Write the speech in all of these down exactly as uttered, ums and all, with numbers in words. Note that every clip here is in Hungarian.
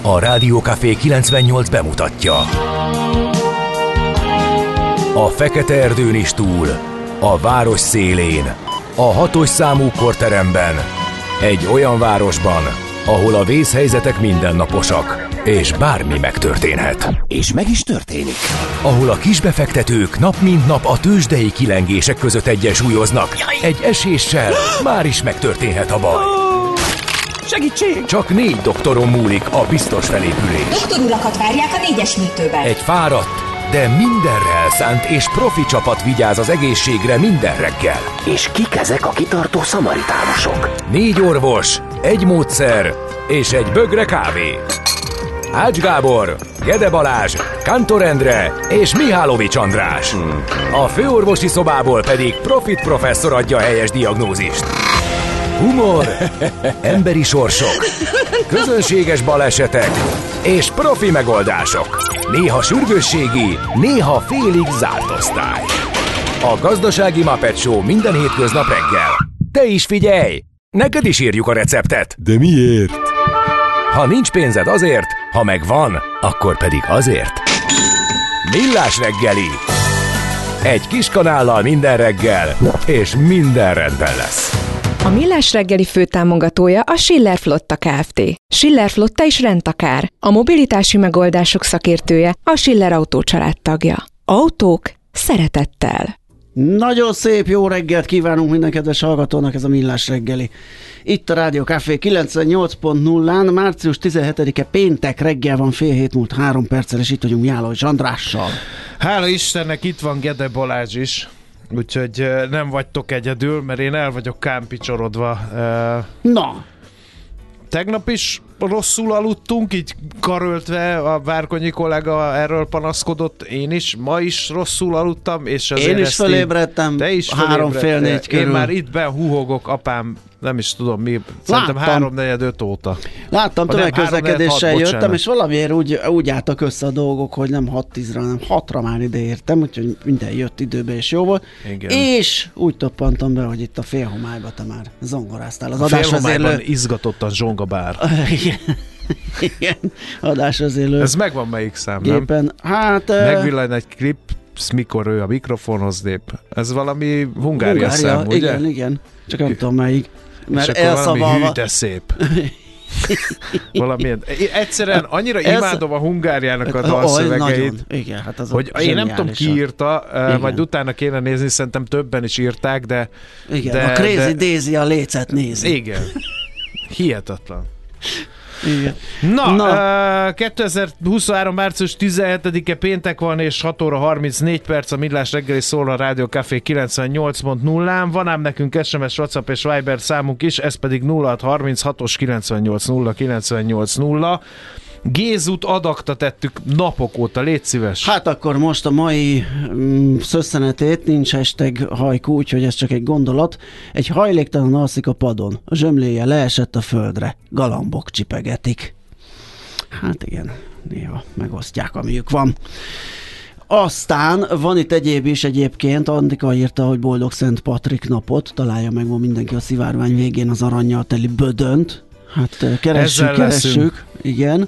A Rádió Café kilencvennyolc bemutatja. A fekete erdőn is túl, a város szélén, a hatos számú korteremben, egy olyan városban, ahol a vészhelyzetek mindennaposak, és bármi megtörténhet. És meg is történik. Ahol a kisbefektetők nap mint nap a tőzsdei kilengések között egyensúlyoznak. Egy eséssel már is megtörténhet a baj. Segítség! Csak négy doktoron múlik a biztos felépülés. Doktor urakat várják a négyes műtőben. Egy fáradt, de mindenre elszánt és profi csapat vigyáz az egészségre minden reggel. És kik ezek a kitartó szamaritánusok? Négy orvos, egy módszer és egy bögre kávé. Ács Gábor, Gede Balázs, Kántor Endre és Mihálovics András. Hmm. A főorvosi szobából pedig Profit professzor adja a helyes diagnózist. Humor, emberi sorsok, közönséges balesetek és profi megoldások. Néha sürgősségi, néha félig zárt osztály. A Gazdasági Muppet Show minden hétköznap reggel. Te is figyelj! Neked is írjuk a receptet. De miért? Ha nincs pénzed azért, ha megvan, akkor pedig azért. Millás reggeli. Egy kis kanállal minden reggel, és minden rendben lesz. A Millás reggeli főtámogatója a Schiller Flotta Kft. Schiller Flotta is rendtakár. A mobilitási megoldások szakértője, a Schiller Autó család tagja. Autók szeretettel. Nagyon szép jó reggelt kívánunk minden kedves hallgatónak, ez a Millás reggeli. Itt a Rádió Café kilencvennyolc pont nullán, március tizenhetedike péntek reggel van, fél hét múlt három perccel, és itt vagyunk Mihálovics Andrással. Hála Istennek itt van Gede Balázs is, úgyhogy nem vagytok egyedül, mert én el vagyok kámpicsorodva. Na! Tegnap is rosszul aludtunk, így karöltve, a Várkonyi kollega erről panaszkodott, én is, ma is rosszul aludtam, és azért én is felébredtem, te is három fél négy körül. Én már itt benhúhogok, apám, nem is tudom mi, szerintem háromnegyed öt óta. Láttam, tömegközlekedéssel jöttem, bocsánat. És valamiért úgy, úgy álltak össze a dolgok, hogy nem hat tízre, hanem hatra már ide értem, úgyhogy minden jött időbe, és jó volt. Igen. És úgy toppantam be, hogy itt a félhomályba te már zongoráztál. Az félhomályban izgatottan zsongabár. Igen. Igen, adásvezélő. Ez megvan melyik szám, gépen. Nem? Hát... Megvillan egy klip, mikor ő a mikrofonhoz lép. Ez valami Hungária, Hungária szám, ugye? Igen, igen. Csak nem tudom melyik. Mert és akkor valami hű, de szép. Valamilyen. Egyszerűen annyira ez... imádom a Hungáriának a dalszövegeit, igen, hát az hogy én nem tudom ki írta, igen. Majd utána kéne nézni, szerintem többen is írták, de... Igen, de, a Crazy de... Daisy a lécet nézi. Igen. Hihetetlen. Igen. Na, Na. Uh, kétezer-huszonhárom március tizenhetedike péntek van, és hat óra harmincnégy perc, a Millás reggeli szól a Rádió Café kilencvennyolc pont nullán. Van ám nekünk es em es, WhatsApp és Viber számunk is, ez pedig nulla hat harminchat kilencvennyolc nulla kilencvennyolc nulla. Gézút adakta tettük napok óta, légy szíves. Hát akkor most a mai mm, szösszenetét, nincs hashtag hajkú, úgyhogy ez csak egy gondolat. Egy hajléktalan alszik a padon, a zsömléje leesett a földre, galambok csipegetik. Hát igen, néha megosztják, amiük van. Aztán van itt egyéb is egyébként, Andika írta, hogy boldog Szent Patrik napot, találja meg ma mindenki a szivárvány végén az arannyal teli bödönt. Hát keressük, keressük, igen.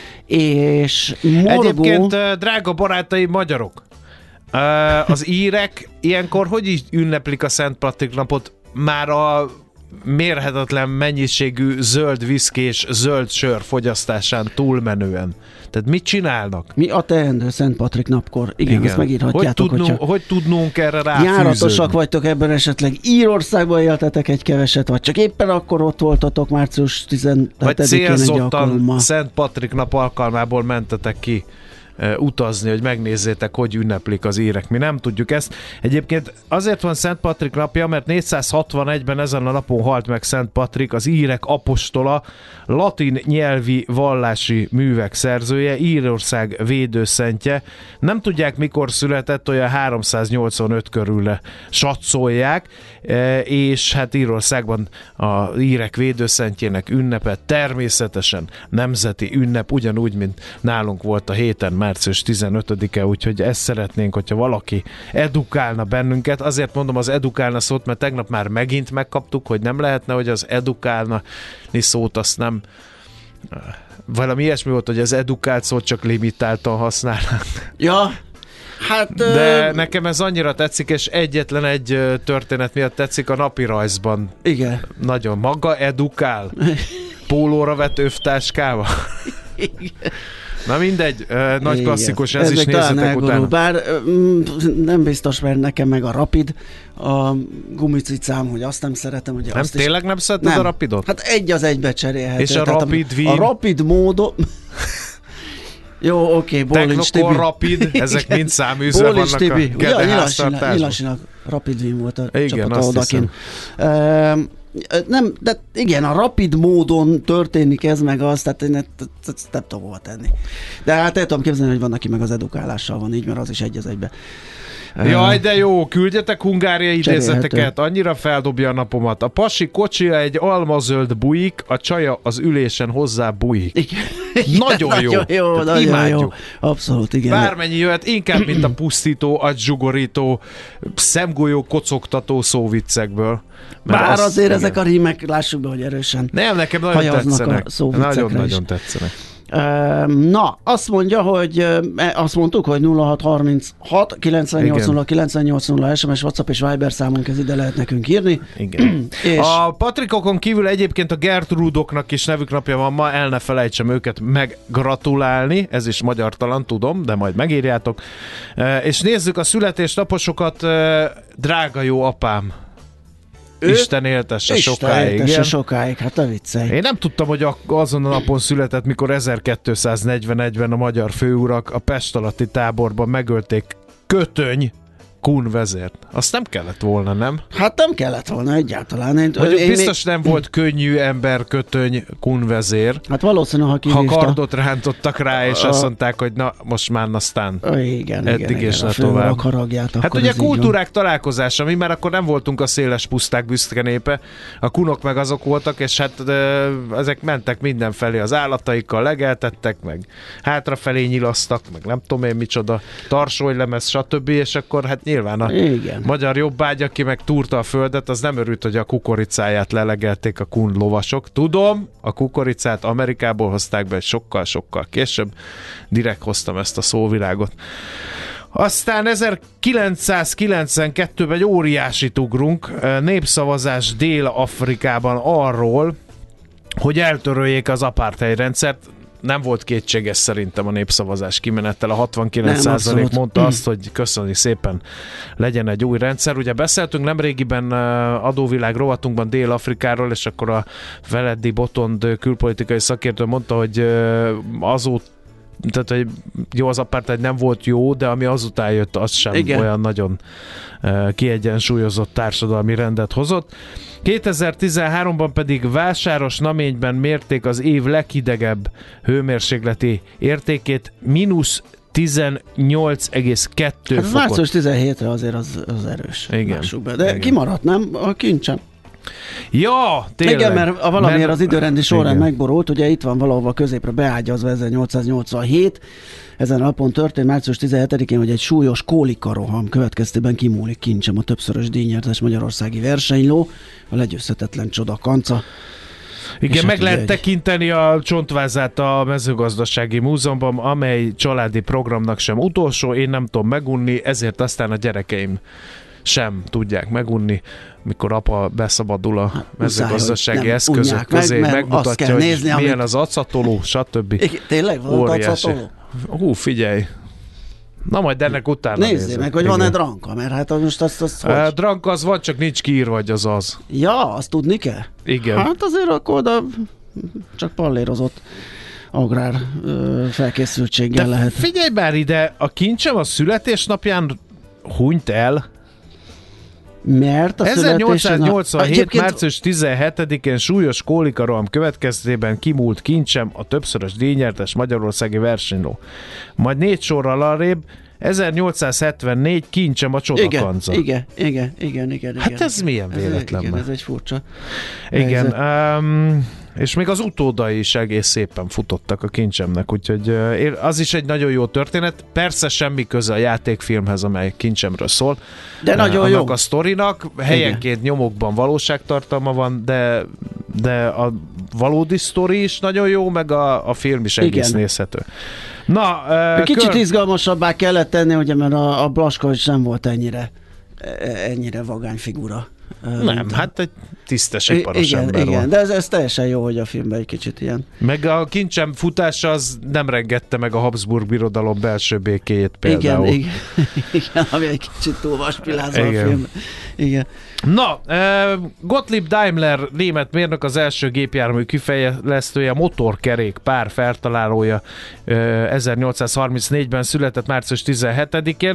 És morgó... Egyébként, drága barátaim magyarok, az írek ilyenkor hogy is ünneplik a Szent Patrik napot? Már a mérhetetlen mennyiségű zöld viszki és zöld sör fogyasztásán túlmenően. Tehát mit csinálnak? Mi a teendő Szent Patrik napkor? Igen, Igen. Ezt megírhatjátok. Hogy tudnunk, hogy tudnunk erre ráfűződni? Járatosak vagytok ebben, esetleg Írországban éltetek egy keveset, vagy csak éppen akkor ott voltatok március tizenhetedikén vagy célzottan Szent Patrik nap alkalmából mentetek ki utazni, hogy megnézzétek, hogy ünneplik az írek. Mi nem tudjuk ezt. Egyébként azért van Szent Patrik napja, mert négyszázhatvanegyben ezen a napon halt meg Szent Patrik, az írek apostola, latin nyelvi vallási művek szerzője, Írország védőszentje. Nem tudják, mikor született, olyan háromszáznyolcvanöt körül satszolják, és hát Írországban az írek védőszentjének ünnepet természetesen nemzeti ünnep, ugyanúgy, mint nálunk volt a héten március tizenötödike, úgyhogy ezt szeretnénk, hogyha valaki edukálna bennünket. Azért mondom az edukálna szót, mert tegnap már megint megkaptuk, hogy nem lehetne, hogy az edukálna szót azt nem Valami ilyesmi volt, hogy az edukált szót csak limitáltan használnak. Ja, hát... De ö... nekem ez annyira tetszik, és egyetlen egy történet miatt tetszik a napi rajzban. Igen. Nagyon. Maga edukál. Pólóra vett övtáskával. Igen. Na mindegy, nagy igen. Klasszikus, ez Ezek is nézzetek utána. Bár nem biztos, mert nekem meg a Rapid, a gumicicám, hogy azt nem szeretem. Hogy nem, azt tényleg is... nem szereted nem. a Rapidot? Hát egy az egybe cserélhető. És a Rapid Wien? A Rapid módon... Jó, oké, okay, Bólincs Tibi. Technokor Rapid, ezek mind száműzve vannak Tibi. a Gede háztartásban. Nyilasinak Rapid Wien volt a igen, csapata odakin. Nem, de igen, a rapid módon történik ez meg az, tehát én ezt nem tudom hova tenni. De hát el tudom képzelni, hogy van, aki meg az edukálással van így, mert az is egy az egybe. Jaj, de jó, küldjetek Hungária idézeteket, annyira feldobja a napomat. A pasi kocsija egy almazöld bujik, a csaja az ülésen hozzá bujik. Igen. Nagyon jó. Nagyon jó, nagyon imádjuk. Jó. Abszolút, igen. Bármennyi jöhet, inkább, mint a pusztító, agygzsugorító, szemgolyó kocogtató szóviccekből. Bár azt, azért igen. Ezek a rímek, lássuk be, hogy erősen nem, nekem nagyon tetszenek. Nagyon-nagyon tetszenek. Na, azt mondja, hogy azt mondtuk, hogy nulla hat harminchat kilencvennyolc nulla kilencvennyolc nulla es em es, WhatsApp és Viber számunk, ez ide lehet nekünk írni. Igen. és... A Patrikokon kívül egyébként a Gertrudoknak is nevük napja van ma, el ne felejtsem őket meggratulálni, ez is magyartalan, tudom, de majd megírjátok. És nézzük a születésnaposokat, drága jó apám. Ő? Isten éltesse Isten sokáig. éltesse sokáig, hát a viccelj. Én nem tudtam, hogy azon a napon született, mikor ezerkétszáznegyvenegyben a magyar főurak a Pest alatti táborban megölték Kötöny Kun vezért. Azt nem kellett volna, nem? Hát nem kellett volna egyáltalán. Én, Mondjuk én biztos még... nem volt könnyű ember Kötöny Kun vezér. Hát valószínűleg, ha kivívta... Ha kardot rántottak rá, és a... azt mondták, hogy na, most már aztán igen, eddig igen, és igen, ne tovább. Haragját, hát ugye kultúrák találkozása, mi már akkor nem voltunk a széles puszták büszke népe, a kunok meg azok voltak, és hát de, ezek mentek mindenfelé az állataikkal, legeltettek, meg hátrafelé nyilasztak, meg nem tudom én micsoda, tarsolylemez, stb. És akkor hát nyilván a igen. magyar jobbágy, aki meg túrta a földet, az nem örült, hogy a kukoricáját lelegelték a kun lovasok. Tudom, a kukoricát Amerikából hozták be, sokkal-sokkal később. Direkt hoztam ezt a szóvilágot. Aztán ezerkilencszázkilencvenkettőben egy óriásit ugrunk, népszavazás Dél-Afrikában arról, hogy eltöröljék az apartheid rendszert. Nem volt kétséges szerintem a népszavazás kimenettel. A hatvankilenc százalék mondta azt, hogy köszöni szépen, legyen egy új rendszer. Ugye beszéltünk nemrégiben adóvilág rovatunkban Dél-Afrikáról, és akkor a Veledi Botond külpolitikai szakértő mondta, hogy azóta tehát, hogy jó, az apartheid nem volt jó, de ami azután jött, az sem igen. olyan nagyon uh, kiegyensúlyozott társadalmi rendet hozott. kétezer-tizenháromban pedig Vásáros Naményben mérték az év leghidegebb hőmérsékleti értékét, mínusz tizennyolc egész kettő hát fokot. március tizenhétre azért az, az erős. Igen. Be. De igen. kimaradt, nem? A kincsem. Ja, tényleg. Igen, mert valamiért mert... az időrendi során igen. megborult, ugye itt van valahol középre beágyazva ezernyolcszáznyolcvanhét, ezen a napon történt március tizenhetedikén, hogy egy súlyos kólikaroham következtében kimúlik kincsem, a többszörös díjnyertes magyarországi versenyló, a legyőzhetetlen csoda kanca. Igen, meg lehet egy... tekinteni a csontvázát a mezőgazdasági múzeumban, amely családi programnak sem utolsó, én nem tudom megunni, ezért aztán a gyerekeim sem tudják megunni, mikor apa beszabadul a hát, mezőgazdasági muszáj, eszközök közé, meg, megmutatja, hogy nézni, milyen amit... az acatoló, stb. Igen, tényleg van acatoló? Hú, figyelj! Na majd ennek utána nézzél. Nézzél meg, hogy van-e dranka, mert hát most azt, azt hogy? Dranka az van, csak nincs kiírva, hogy az az. Ja, azt tudni kell? Igen. Hát azért akkor oda csak pallérozott agrár ö, felkészültséggel de lehet. Figyelj bár ide, a kincsem a születésnapján hunyt el. Mert a ezernyolcszáznyolcvanhét. március tizenhetedikén súlyos kólikaroham következtében kimúlt kincsem, a többszörös díjnyertes magyarországi versenyló. Majd négy sorral arrébb ezernyolcszázhetvennégy kincsem a csodakanca. Igen, igen, igen, igen. Hát ez igen. milyen véletlen. Igen, ez egy furcsa. Igen, um, és még az utódai is egész szépen futottak a kincsemnek, úgyhogy uh, az is egy nagyon jó történet. Persze semmi köze a játékfilmhez, amely kincsemről szól. De nagyon uh, annak jó. a sztorinak helyenként igen. nyomokban valóságtartalma van, de, de a valódi sztori is nagyon jó, meg a, a film is egész Igen. nézhető. Na, uh, Kicsit kör... izgalmasabbá kellett tenni, ugye, mert a, a Blaskovics nem volt ennyire ennyire vagány figura. Nem, hát egy tisztes, iparos igen, ember igen, van. de ez, ez teljesen jó, hogy a filmben egy kicsit ilyen. Meg a kincsem futása az nem rengette meg a Habsburg birodalom belső békéjét például. Igen, igen, igen, ami egy kicsit túl vaspilázva a film. Igen. Na, Gottlieb Daimler német mérnök, az első gépjármű kifejlesztője, a motorkerék pár feltalálója, ezernyolcszázharmincnégyben született március tizenhetedikén,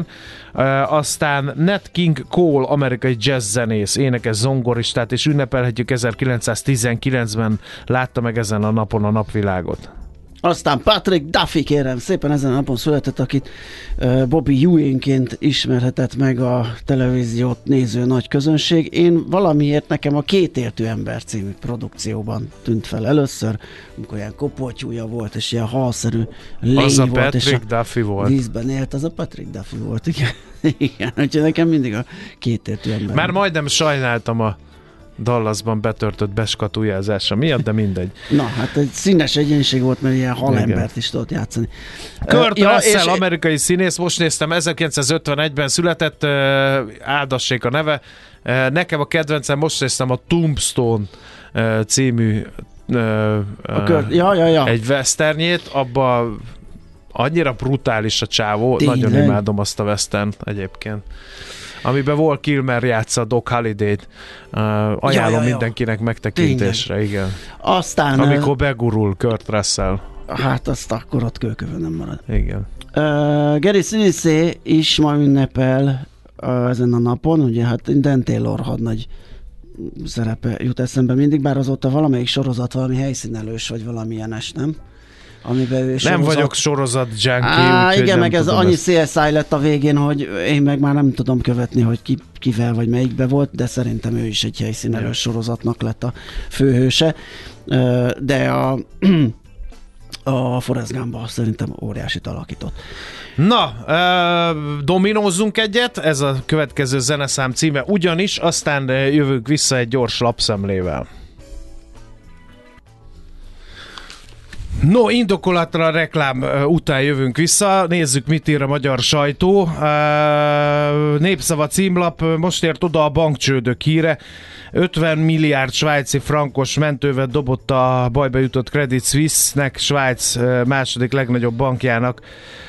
aztán Nat King Cole, amerikai jazzzenész, énekes, zongoristát, és ünnepelhetjük ezerkilencszáztizenkilencben látta meg ezen a napon a napvilágot. Aztán Patrick Duffy, kérem szépen, ezen a napon született, akit uh, Bobby Ewingként ismerhetett meg a televíziót néző nagy közönség. Én valamiért nekem a Kétéltű ember című produkcióban tűnt fel először, amikor ilyen kopoltyúja volt, és ilyen halszerű lény az a volt, Patrick és a Duffy volt. vízben élt, az a Patrick Duffy volt, igen. Igen, úgyhogy nekem mindig a Kétéltű ember. Már majdnem sajnáltam a Dallasban betörtött beskatujázása miatt, de mindegy. Na, hát egy színes egyéniség volt, mert ilyen halembert is tudott játszani. Kurt uh, Russell, ja, amerikai színész, most néztem, ezerkilencszázötvenegyben született, uh, áldassék a neve. Uh, nekem a kedvencem, most néztem, a Tombstone uh, című uh, a Kurt, ja, ja, ja. egy westernjét, abba annyira brutális a csávó, Tényleg? Nagyon imádom azt a western egyébként. Amiben Val Kilmer játsza Doc Holliday-t. Uh, ajánlom ja, ja, ja. mindenkinek megtekintésre, Tényleg. igen. Aztán... Amikor begurul Kurt Russell. Hát azt akkor ott kőkövön nem marad. Igen. Uh, Gary Sinise is ma ünnepel uh, ezen a napon, ugye hát Dan Taylor hadnagy szerepe jut eszembe mindig, bár azóta valamelyik sorozat valami helyszínelős, vagy valamilyenes, nem? Amiben ő nem sorozat... vagyok sorozat junkie. Á, igen, meg ez annyi ezt. cé es i lett a végén, hogy én meg már nem tudom követni, hogy ki, kivel vagy melyikbe volt, de szerintem ő is egy helyszínelős sorozatnak lett a főhőse. De a, a Forrest Gump szerintem óriásit alakított. Na, uh, dominózzunk egyet, ez a következő zeneszám címe ugyanis, aztán jövünk vissza egy gyors lapszemlével. No, indokolatlan reklám után jövünk vissza, nézzük, mit ír a magyar sajtó. Népszava címlap, most ért oda a bankcsődök híre. ötven milliárd svájci frankos mentővet dobott a bajba jutott Credit Suisse-nek, Svájc második legnagyobb bankjának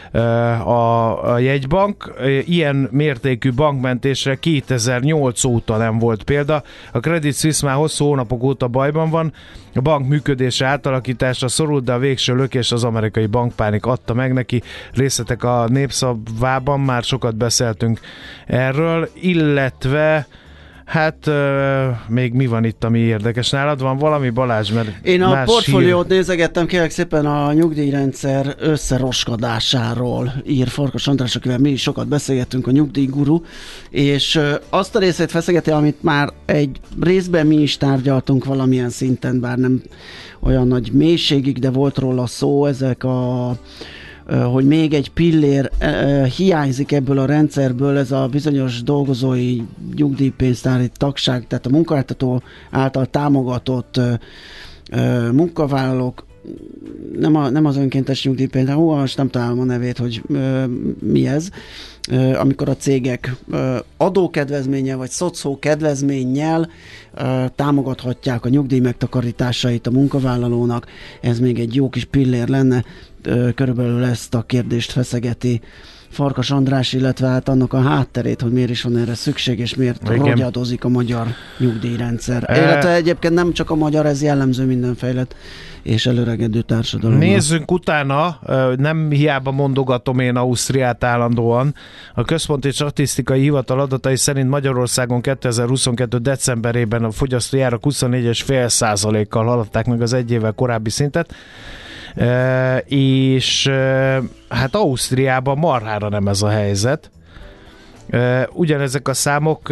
a, a jegybank. Ilyen mértékű bankmentésre kétezer-nyolc óta nem volt példa. A Credit Suisse már hosszú hónapok óta bajban van. A bank működése átalakításra szorult, de a végső lökés az amerikai bankpánik adta meg neki. Részletek a Népszavában, már sokat beszéltünk erről, illetve hát uh, még mi van itt, ami érdekes? Nálad van valami, Balázs? Mert én a portfóliót hír... nézegettem, kérlek szépen a nyugdíjrendszer összeroskadásáról ír Farkas András, akivel mi is sokat beszélgettünk, a nyugdíjguru, és uh, azt a részét feszegeti, amit már egy részben mi is tárgyaltunk valamilyen szinten, bár nem olyan nagy mélységig, de volt róla szó, ezek a hogy még egy pillér uh, hiányzik ebből a rendszerből, ez a bizonyos dolgozói nyugdíjpénztári tagság, tehát a munkáltató által támogatott uh, uh, munkavállalók, nem, a, nem az önkéntes nyugdíjpénz, hú, most nem találom a nevét, hogy uh, mi ez, uh, amikor a cégek uh, adókedvezménnyel vagy szocókedvezménnyel uh, támogathatják a nyugdíj megtakarításait a munkavállalónak, ez még egy jó kis pillér lenne. Körülbelül ezt a kérdést feszegeti Farkas András, illetve hát annak a hátterét, hogy miért is van erre szükség, és miért rogyadozik a magyar nyugdíjrendszer. E... Illetve egyébként nem csak a magyar, ez jellemző minden fejlett és előregedő társadalomra. Nézzünk utána, nem hiába mondogatom én Ausztriát állandóan. A Központi Statisztikai Hivatal adatai szerint Magyarországon kétezer-huszonkettő decemberében a fogyasztói árak huszonnégy egész öt százalékkal haladták meg az egy évvel korábbi szintet. Uh, és uh, hát Ausztriában marhára nem ez a helyzet. Ugyanezek a számok,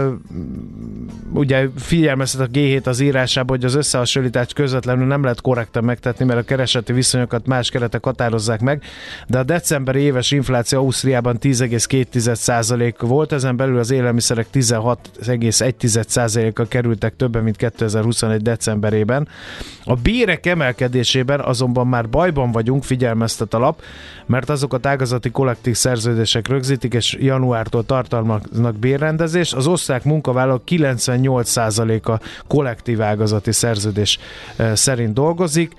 ugye figyelmeztet a gé hét az írásában, hogy az összehasonlítást közvetlenül nem lehet korrekten megtetni, mert a keresleti viszonyokat más keretek határozzák meg, de a decemberi éves infláció Ausztriában tíz egész két százalék volt, ezen belül az élelmiszerek tizenhat egész egy százalékkal kerültek többen, mint kétezer-huszonegy decemberében. A bérek emelkedésében azonban már bajban vagyunk, figyelmeztet a lap, mert azokat ágazati kollektív szerződések rögzítik, és januártól tartalmaznak bérrendezést. Az osztrák munkavállalók kilencvennyolc százaléka kollektív ágazati szerződés szerint dolgozik,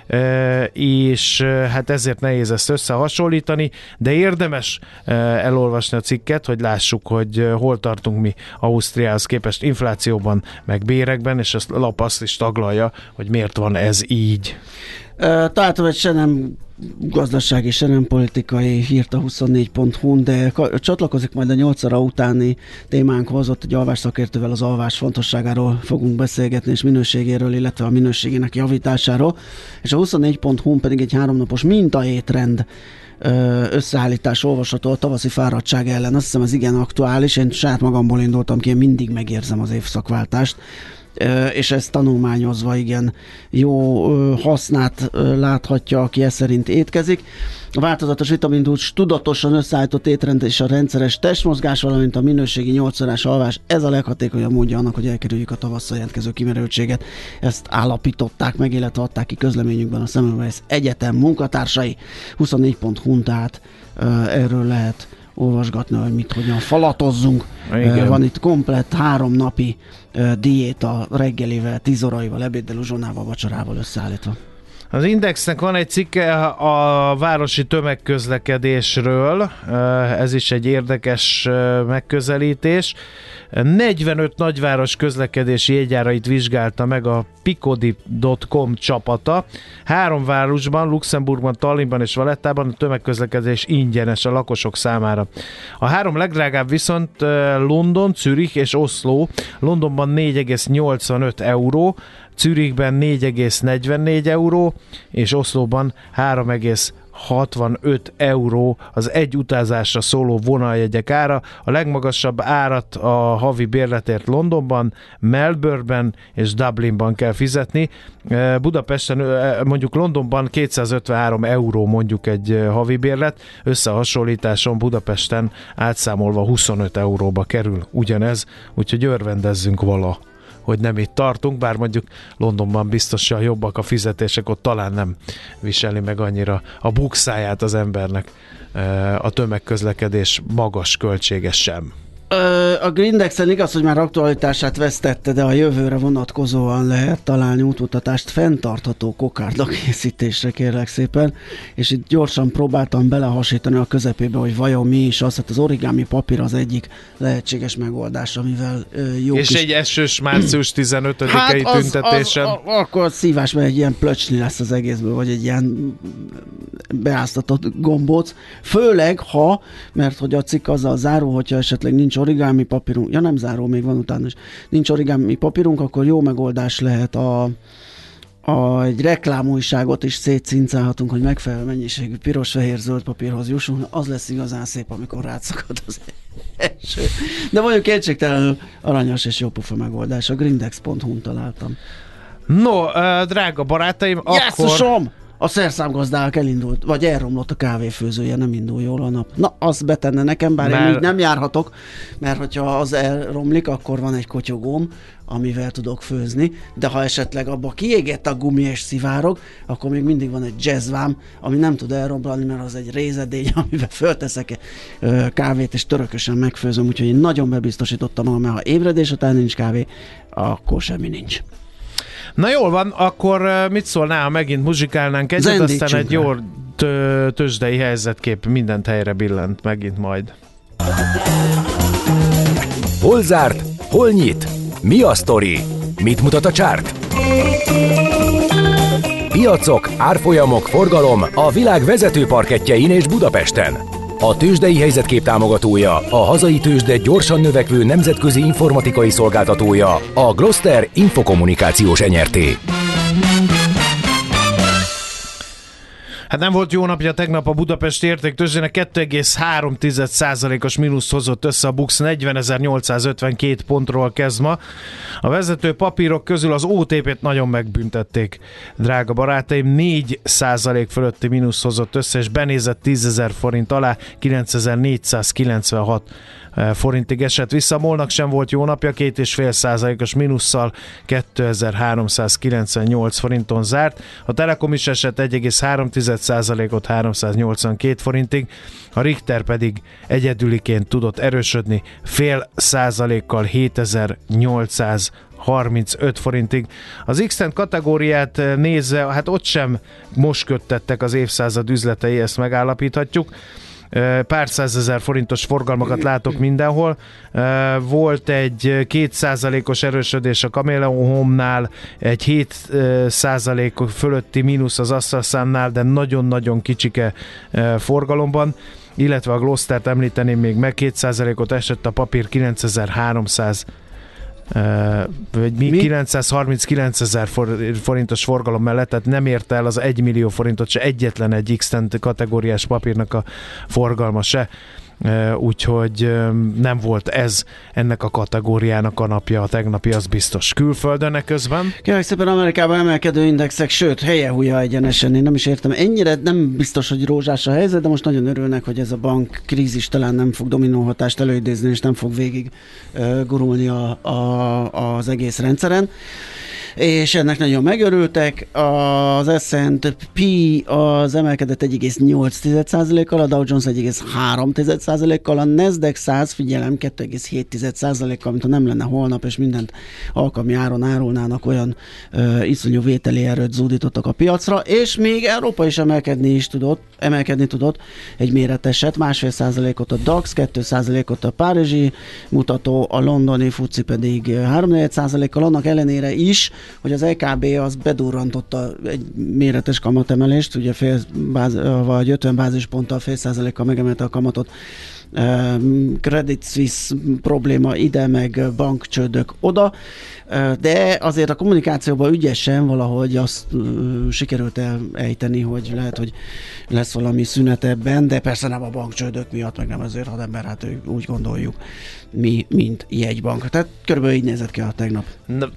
és hát ezért nehéz ezt összehasonlítani, de érdemes elolvasni a cikket, hogy lássuk, hogy hol tartunk mi Ausztriához képest inflációban, meg bérekben, és a lap azt is taglalja, hogy miért van ez így. Tehát, hogy se nem gazdasági, se nem politikai hírt a huszonnégy pont hu-n, de csatlakozik majd a nyolc óra utáni témánkhoz, ott egy alvásszakértővel az alvás fontosságáról fogunk beszélgetni, és minőségéről, illetve a minőségének javításáról, és a huszonnégy pont hu-n pedig egy háromnapos mintaétrend összeállítás olvasható a tavaszi fáradtság ellen. Azt hiszem, ez igen aktuális, én saját magamból indultam ki, én mindig megérzem az évszakváltást, és ezt tanulmányozva igen jó hasznát láthatja, aki e szerint étkezik. A változatos vitamindús tudatosan összeállított étrend és a rendszeres testmozgás, valamint a minőségi nyolc órás alvás, ez a leghatékonyabb módja annak, hogy elkerüljük a tavasszal jelentkező kimerültséget. Ezt állapították meg, illetve adták ki közleményükben a Semmelweis Egyetem munkatársai. huszonnégy pont hu-n, tehát erről lehet olvasgatni, hogy mit, hogyan falatozzunk. Igen. Van itt komplett három napi uh, diéta reggelivel, tíz óraival, ebéddel, uzsonnával, vacsorával összeállítva. Az Indexnek van egy cikke a városi tömegközlekedésről, ez is egy érdekes megközelítés. negyvenöt nagyváros közlekedési jegyárait vizsgálta meg a picodi pont com csapata. Három városban, Luxemburgban, Tallinnban és Valettában a tömegközlekedés ingyenes a lakosok számára. A három legdrágább viszont London, Zürich és Oszló. Londonban négy egész nyolcvanöt euró, Zürichben négy egész negyvennégy euró, és Oszlóban három egész hatvanöt euró az egy utazásra szóló vonaljegyek ára. A legmagasabb árat a havi bérletért Londonban, Melbourneben és Dublinban kell fizetni. Budapesten, mondjuk Londonban kétszázötvenhárom euró mondjuk egy havi bérlet, összehasonlításon Budapesten átszámolva huszonöt euróba kerül ugyanez, úgyhogy örvendezzünk vala, hogy nem itt tartunk, bár mondjuk Londonban biztosan jobbak a fizetések, ott talán nem viseli meg annyira a bukszáját az embernek a tömegközlekedés magas költsége sem. A Grindexen igaz, hogy már aktualitását vesztette, de a jövőre vonatkozóan lehet találni útmutatást fenntartható kokárda készítésre, kérlek szépen, és itt gyorsan próbáltam belehasítani a közepébe, hogy vajon mi is az, hát az origami papír az egyik lehetséges megoldás, amivel jó és kis... egy esős március tizenötödikei hát az, tüntetésen. Az, az, akkor szívás, mert egy ilyen plöcsni lesz az egészből, vagy egy ilyen beáztatott gombóc, főleg ha, mert hogy a cikk azzal záró, hogyha esetleg nincs origami papírunk, ja nem záró, még van utána is, nincs origami papírunk, akkor jó megoldás lehet a, a egy reklámújságot is szétszincálhatunk, hogy megfelelő mennyiségű piros, fehér, zöld papírhoz jussunk, az lesz igazán szép, amikor rátszakad az eső. De mondjuk kétségtelenül aranyos és jópofa megoldás. A grindex pont hu-n találtam. No, drága barátaim, Jesszusom! akkor... A szerszámgazdának elindult, vagy elromlott a kávéfőzője, nem indul jól a nap. Na, azt betenne nekem, bár mert... én így nem járhatok, mert hogyha az elromlik, akkor van egy kotyogóm, amivel tudok főzni, de ha esetleg abba kiégett a gumi és szivárog, akkor még mindig van egy jazzvám, ami nem tud elromlani, mert az egy rézedény, amivel fölteszek kávét, és törökösen megfőzöm, úgyhogy én nagyon bebiztosítottam magam, mert ha ébredés után nincs kávé, akkor semmi nincs. Na jól van, akkor mit szólnál, ha megint muzsikálnánk egyet, aztán egy jó tőzsdei helyzetkép mindent helyre billent megint majd. Hol zárt? Hol nyit? Mi a sztori? Mit mutat a csárt? Piacok, árfolyamok, forgalom a világ vezető parkettjein és Budapesten. A tőzsdei helyzetkép támogatója, a hazai tőzsde gyorsan növekvő nemzetközi informatikai szolgáltatója, a Gloster Infokommunikációs Enyerté. Hát nem volt jó napja tegnap a Budapesti Értéktőzsdének, kettő egész három százalékos mínuszt hozott össze a BUX, negyvenezer-nyolcszázötvenkét pontról kezd ma. A vezető papírok közül az o té pét nagyon megbüntették, drága barátaim, négy százalék fölötti mínusz hozott össze, és benézett tízezer forint alá, kilencezer-négyszázkilencvenhat forintig esett vissza. Molnak sem volt jó napja, két egész öt százalékos mínusszal kétezer-háromszázkilencvennyolc forinton zárt. A Telekom is esett egy egész három százalékot háromszáznyolcvankét forintig, a Richter pedig egyedüliként tudott erősödni fél százalékkal hétezer-nyolcszázharmincöt forintig. Az X-Tent kategóriát nézve, hát ott sem most köttettek az évszázad üzletei, ezt megállapíthatjuk. Pár százezer forintos forgalmakat látok mindenhol. Volt egy két százalékos erősödés a Kameleon Home-nál, egy hét százalék fölötti mínusz az Aselsannál, de nagyon-nagyon kicsike forgalomban, illetve a Gloster-t említeném még meg, két százalékot esett a papír, kilencezer-háromszáz vagy mi? kilencszázharminckilencezer forintos forgalom mellett, tehát nem érte el az egy millió forintot se egyetlen egy X-Tent kategóriás papírnak a forgalma se, úgyhogy nem volt ez ennek a kategóriának a napja, a tegnapi, az biztos. Külföldön közben? Kérlek szépen, Amerikában emelkedő indexek, sőt, helye-húja egyenesen. Én nem is értem. Ennyire nem biztos, hogy rózsás a helyzet, de most nagyon örülnek, hogy ez a bank krízis talán nem fog dominóhatást előidézni, és nem fog végig uh, gurulni a, a, az egész rendszeren. És ennek nagyon megörültek. Az es and pé az emelkedett egy egész nyolc százalékkal, a Dow Jones egy egész három százalékkal, a Nasdaq száz, figyelem, kettő egész hét százalékkal, mint ha nem lenne holnap, és mindent alkalmi áron árulnának, olyan uh, iszonyú vételi erőt zúdítottak a piacra, és még Európa is emelkedni is tudott, emelkedni tudott egy méreteset, másfél százalékot a DAX, kettő százalékot a párizsi mutató, a londoni fuci pedig három egész négy százalékkal, annak ellenére is, hogy az é ká bé az bedurrantotta egy méretes kamatemelést, ugye fél báz, vagy ötven bázisponttal, fél százalékkal megemelte a kamatot. Credit Suisse probléma ide, meg bankcsődök oda, de azért a kommunikációban ügyesen valahogy azt sikerült elejteni, hogy lehet, hogy lesz valami szünet ebben, de persze nem a bankcsődök miatt, meg nem azért, hanem mert hát úgy gondoljuk mi, mint jegybank. Tehát körülbelül így nézett ki a tegnap. Na.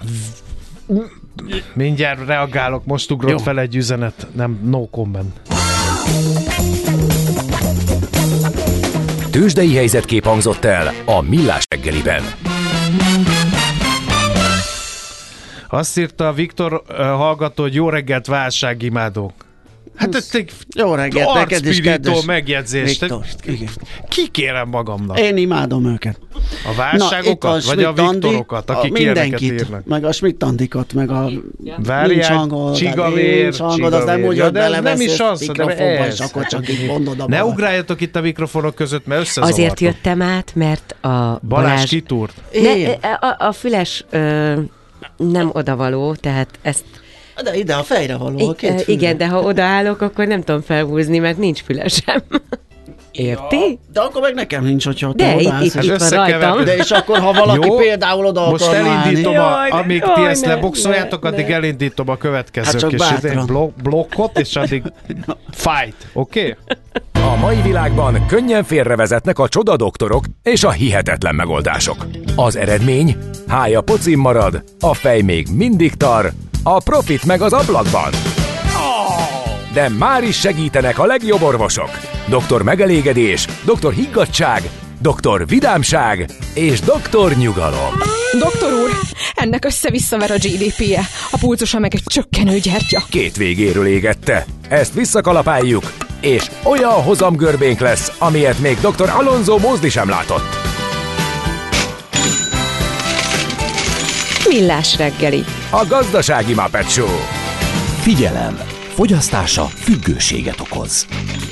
Mindjárt reagálok, most ugrott Jó. fel egy üzenet, nem, no comment. Tőzsdei helyzetkép hangzott el a Millás reggeliben. Azt írta Viktor uh, hallgató, hogy jó reggelt, válságimádók. Hát ez egy jó reggelt, neked is kedves megjegyzés. Viktor, kikérem magamnak. Én imádom őket. A válságokat, Na, vagy a Viktorokat, akik ilyeneket írnak? Meg a Schmidt-Andikat, meg a Várjál, csigavér, csigavér. Az nem úgy, hogy nem is az, mikrofonba, és akkor csak így mondod a Ne ugráljatok itt a mikrofonok között, mert összezavartok. Azért jöttem át, mert a Balázs... Balázs kitúrt. Ne, a, a füles ö, nem odavaló, tehát ezt de ide a fejre való, a két I- Igen, de ha odaállok, akkor nem tudom felhúzni, mert nincs fülesem. Érti? Ja, de akkor meg nekem nincs, hogyha te odaállsz. De itt, itt van rajtam. De és akkor, ha valaki Jó, például oda akar most elindítom, állni. A, amíg jaj, ti ezt leboxoljátok, addig ne. elindítom a következő hát kis blok, blokkot, és addig fight, oké? Okay? A mai világban könnyen félrevezetnek a csodadoktorok és a hihetetlen megoldások. Az eredmény? Hája pocim marad, a fej még mindig tar, a profit meg az ablakban. De már is segítenek a legjobb orvosok. doktor Megelégedés, doktor Higgadtság, doktor Vidámság és doktor Nyugalom. Doktor úr, ennek össze-visszaver a gé dé pé-je, a pulzusa meg egy csökkenő gyertya. Két végéről égette. Ezt visszakalapáljuk, és olyan hozamgörbénk lesz, amilyet még doktor Alonso Mózdi sem látott. Millás reggeli. A gazdasági Muppet Show. Figyelem! Fogyasztása függőséget okoz.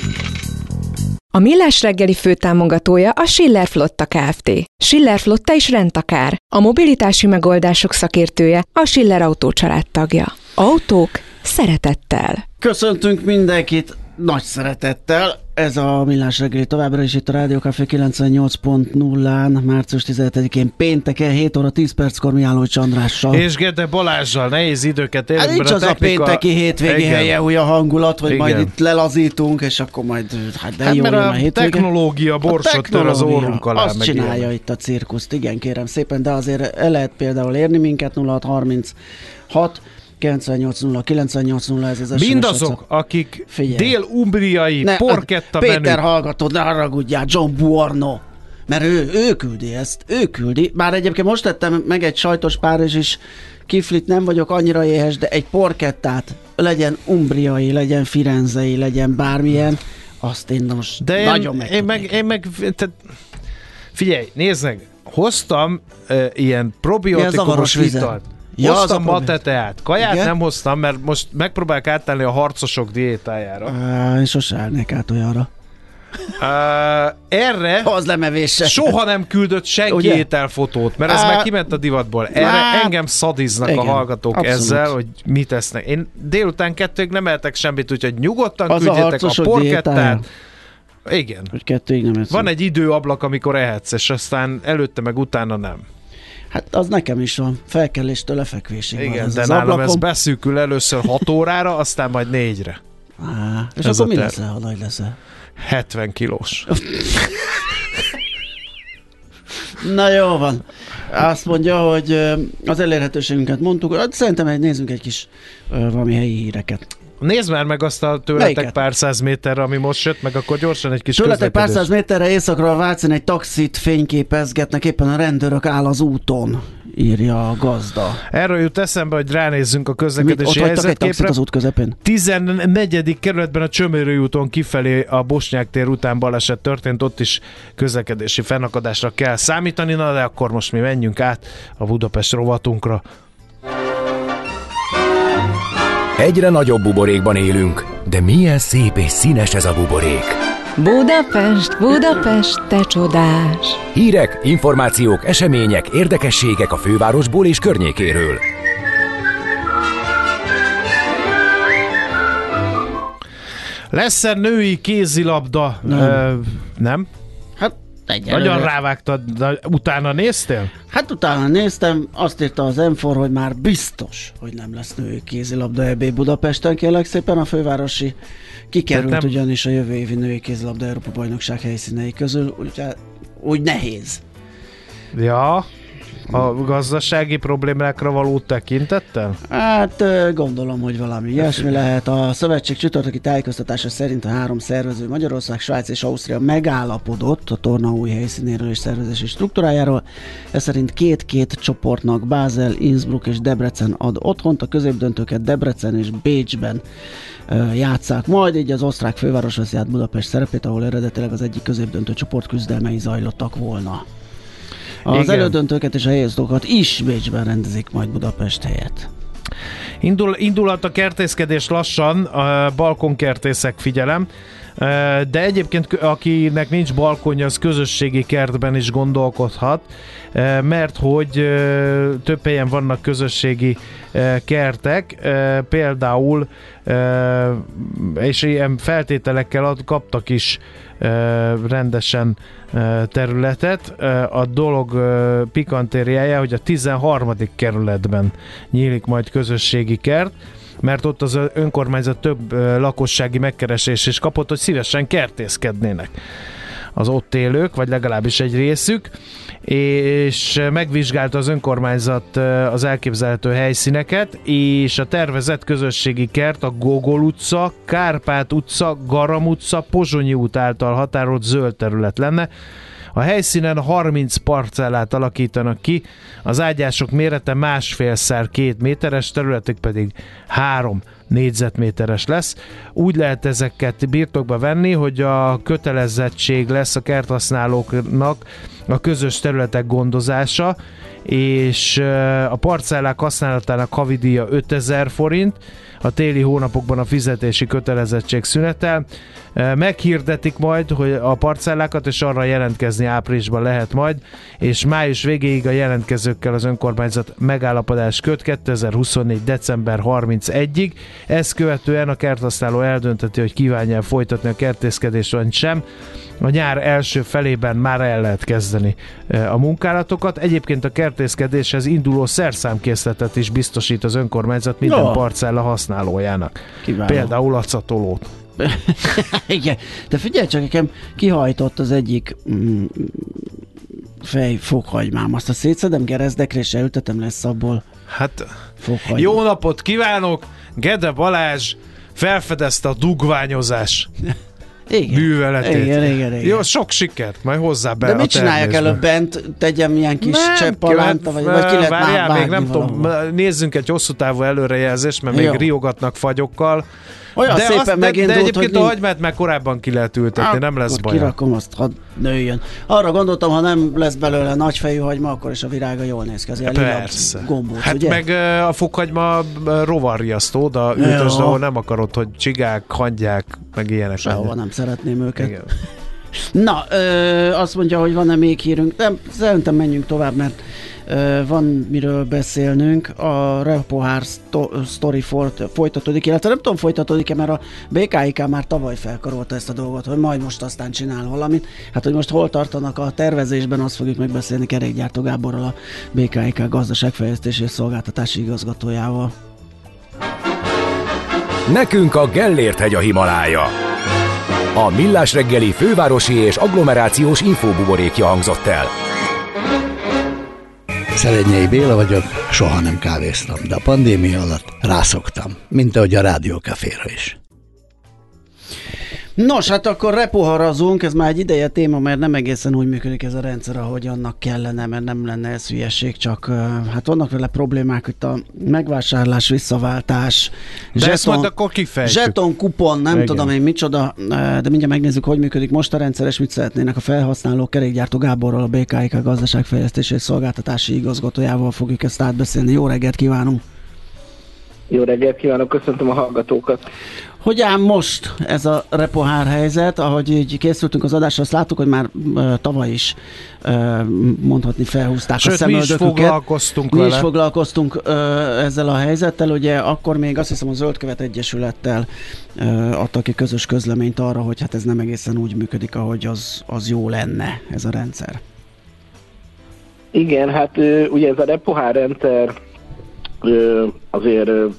A Millás reggeli főtámogatója a Schiller Flotta Kft. Schiller Flotta is rendtakár. A mobilitási megoldások szakértője, a Schiller Autó családtagja. Autók szeretettel. Köszöntünk mindenkit! nagy szeretettel. Ez a Millás reggeli továbbra is itt a Rádió Café kilencvennyolc pont nullán, március tizenhetedikén pénteken hét óra tíz perckor Mihálovics Csandrással. És Gede Balázsral, nehéz időket élünk. Hát nincs az a pénteki hétvégi helye, új a hangulat, hogy igen, majd itt lelazítunk, és akkor majd hát de hát jó, mert a, a hétvége. technológia borsot tör az orrunk alá. Azt csinálja ilyen. Itt a cirkuszt, igen kérem szépen, de azért el lehet például érni minket nulla hat harminchat kilencvennyolc nulla kilencvennyolc nulla, ez az es em es. Mindazok, akik dél-umbriai porketta menü. Péter menü. hallgatod, ne haragudjál, John Buorno, mert ő, ő küldi ezt, ő küldi. Bár egyébként most tettem meg egy sajtos párizsis kiflit, nem vagyok annyira éhes, de egy porkettát, legyen umbriai, legyen firenzei, legyen bármilyen, azt én most de nagyon meg én meg, én meg te, figyelj, nézd meg, hoztam uh, ilyen probiotikumos vitalt. Ja, hoztam mateteát. Kaját igen? Nem hoztam, mert most megpróbálok átállni a harcosok diétájára. Uh, én sose állnék át olyanra. Uh, erre az lemevésre. Soha nem küldött senki ugye? Ételfotót, mert ez uh, már kiment a divatból. Erre uh, engem szadiznak igen, a hallgatók abszolút. Ezzel, hogy mit esznek. Én délután kettőig nem eltek semmit, úgyhogy nyugodtan az küldjétek a, a porkettát. Igen. Hogy kettőig nem eszünk. Van egy időablak, amikor ehetsz, és aztán előtte meg utána nem. Hát az nekem is van. Felkelléstől lefekvésig igen, van ez de az nálam ablakom. Ez beszűkül először hat órára, aztán majd négyre. Á, és ez akkor mi leszel, ha nagy leszel? hetven kilós. Na jó van. Azt mondja, hogy az elérhetőségünket mondtuk. Szerintem nézzünk egy kis valami helyi híreket. Nézd már meg azt a tőletek melyiket? Pár száz méterre, ami most jött, meg akkor gyorsan egy kis tőletek pár száz méterre északra a Vácin egy taxit fényképezgetnek, éppen a rendőrök áll az úton, írja a gazda. Erről jut eszembe, hogy ránézzünk a közlekedési helyzetképre. Az út közepén? tizennegyedik kerületben a Csömörői úton kifelé a Bosnyák tér után baleset történt, ott is közlekedési fennakadásra kell számítani, na de akkor most mi menjünk át a Budapest rovatunkra. Egyre nagyobb buborékban élünk, de milyen szép és színes ez a buborék. Budapest, Budapest, te csodás! Hírek, információk, események, érdekességek a fővárosból és környékéről. Lesz-e női kézilabda? Nem. Ö, nem? Hát egyelőre. Nagyon rávágtad, de utána néztél? Hát utána néztem, azt írta az em négy, hogy már biztos, hogy nem lesz női kézilabda é bé Budapesten, kérlek szépen a fővárosi kikerült nem... ugyanis a jövő évi női kézilabda Európa bajnokság helyszínei közül, úgy, úgy nehéz. Ja, a gazdasági problémákra való tekintettel? Hát gondolom, hogy valami ilyesmi lehet. A szövetség csütörtöki tájékoztatása szerint a három szervező Magyarország, Svájc és Ausztria megállapodott a torna új helyszínéről és szervezési struktúrájáról. Ez szerint két-két csoportnak Bázel, Innsbruck és Debrecen ad otthont, a középdöntőket Debrecen és Bécsben játsszák majd, így az osztrák főváros veszi át Budapest szerepét, ahol eredetileg az egyik középdöntő csoport küzdelmei zajlottak volna. Az igen. elődöntőket és a helyezdókat is Bécsben rendezik majd Budapest helyett. Indul, indulhat a kertészkedés lassan, a balkonkertészek figyelem, de egyébként akinek nincs balkonja, az közösségi kertben is gondolkodhat, mert hogy több helyen vannak közösségi kertek, például és ilyen feltételekkel kaptak is rendesen területet. A dolog pikantériája, hogy a tizenharmadik kerületben nyílik majd közösségi kert, mert ott az önkormányzat több lakossági megkeresés is kapott, hogy szívesen kertészkednének az ott élők, vagy legalábbis egy részük, és megvizsgálta az önkormányzat az elképzelhető helyszíneket, és a tervezett közösségi kert a Gogol utca, Kárpát utca, Garam utca, Pozsonyi út által határolt zöld terület lenne. A helyszínen harminc parcellát alakítanak ki, az ágyások mérete másfélszer két méteres, területük pedig három négyzetméteres lesz. Úgy lehet ezeket birtokba venni, hogy a kötelezettség lesz a kerthasználóknak a közös területek gondozása, és a parcellák használatának havidíja ötezer forint, a téli hónapokban a fizetési kötelezettség szünetel. Meghirdetik majd, hogy a parcellákat, és arra jelentkezni áprilisban lehet majd, és május végéig a jelentkezőkkel az önkormányzat megállapodás köt kétezer-huszonnégy. december harmincegyedikéig. Ezt követően a kerthasználó eldöntheti, hogy kívánja folytatni a kertészkedést, vagy sem. A nyár első felében már el lehet kezdeni a munkálatokat. Egyébként a kertészkedéshez induló szerszámkészletet is biztosít az önkormányzat minden no. parcella használójának. Kiváló. Például acatolót. Igen, de figyelj csak, nekem kihajtott az egyik mm, fej fokhagymám. Azt a szétszedem gerezdekre, és elültetem, lesz abból. Hát, fokhagyma. Jó napot kívánok! Gede Balázs felfedezte a dugványozás igen, műveletét. Igen, igen, igen. Jó, sok sikert, majd hozzá be. De mit csináljak előbb bent? Tegyem ilyen kis cseppalánta, vagy, vagy ki lehet várjál, már még nem valahol. tudom, nézzünk egy hosszú távú előrejelzést, mert jó. Még riogatnak fagyokkal. Olyan de szépen azt, megindult, de, de egyébként hogy a hagymát már korábban ki lehet ültetni, nem lesz baj. Kirakom azt, hadd nőjön. Arra gondoltam, ha nem lesz belőle nagyfejű hagyma, akkor is a virága jól néz ki. Persze. Gombóc, hát ugye? meg a fokhagyma rovarriasztó, de ültösd, ahol nem akarod, hogy csigák, hangyák, meg ilyenek. Sehova nem szeretném őket. Igen. Na, ö, azt mondja, hogy van-e még hírünk? Nem, szerintem menjünk tovább, mert ö, van miről beszélnünk. A Repohár szto- sztori folytatódik, illetve nem tudom, folytatódik-e, mert a bé ká i ká már tavaly felkarolta ezt a dolgot, hogy majd most aztán csinál valamit. Hát, hogy most hol tartanak a tervezésben, azt fogjuk megbeszélni Kerékgyártó Gáborral, a bé ká i ká gazdaságfejlesztési és szolgáltatási igazgatójával. Nekünk a Gellért-hegy a Himalája. A Millás reggeli fővárosi és agglomerációs infóbuborékja hangzott el. Szerednyei Béla vagyok, soha nem kávéztam, de a pandémia alatt rászoktam, mint ahogy a rádiókaféra is. Nos, hát akkor repoharazunk, ez már egy ideje téma, mert nem egészen úgy működik ez a rendszer, ahogy annak kellene, mert nem lenne ez hülyeség, csak hát vannak vele problémák, hogy a megvásárlás, visszaváltás, de zseton, ezt majd akkor kifejtjük. Zseton, kupon, nem igen. tudom én micsoda, de mindjárt megnézzük, hogy működik most a rendszer, és mit szeretnének a felhasználók. Kerékgyártó Gáborral, a bé ká i ká gazdaságfejlesztési és szolgáltatási igazgatójával fogjuk ezt átbeszélni. Jó reggelt kívánunk! Jó reggelt kívánok, köszöntöm a hallgatókat! Hogy áll most ez a repohár helyzet? Ahogy így készültünk az adásra, azt láttuk, hogy már uh, tavaly is uh, mondhatni felhúzták sőt, a szemöldöküket. mi is foglalkoztunk mi vele. is foglalkoztunk uh, ezzel a helyzettel. Ugye akkor még azt hiszem a Zöldkövet Egyesülettel uh, adta ki közös közleményt arra, hogy hát ez nem egészen úgy működik, ahogy az, az jó lenne ez a rendszer. Igen, hát uh, ugye ez a repohár rendszer uh, azért uh,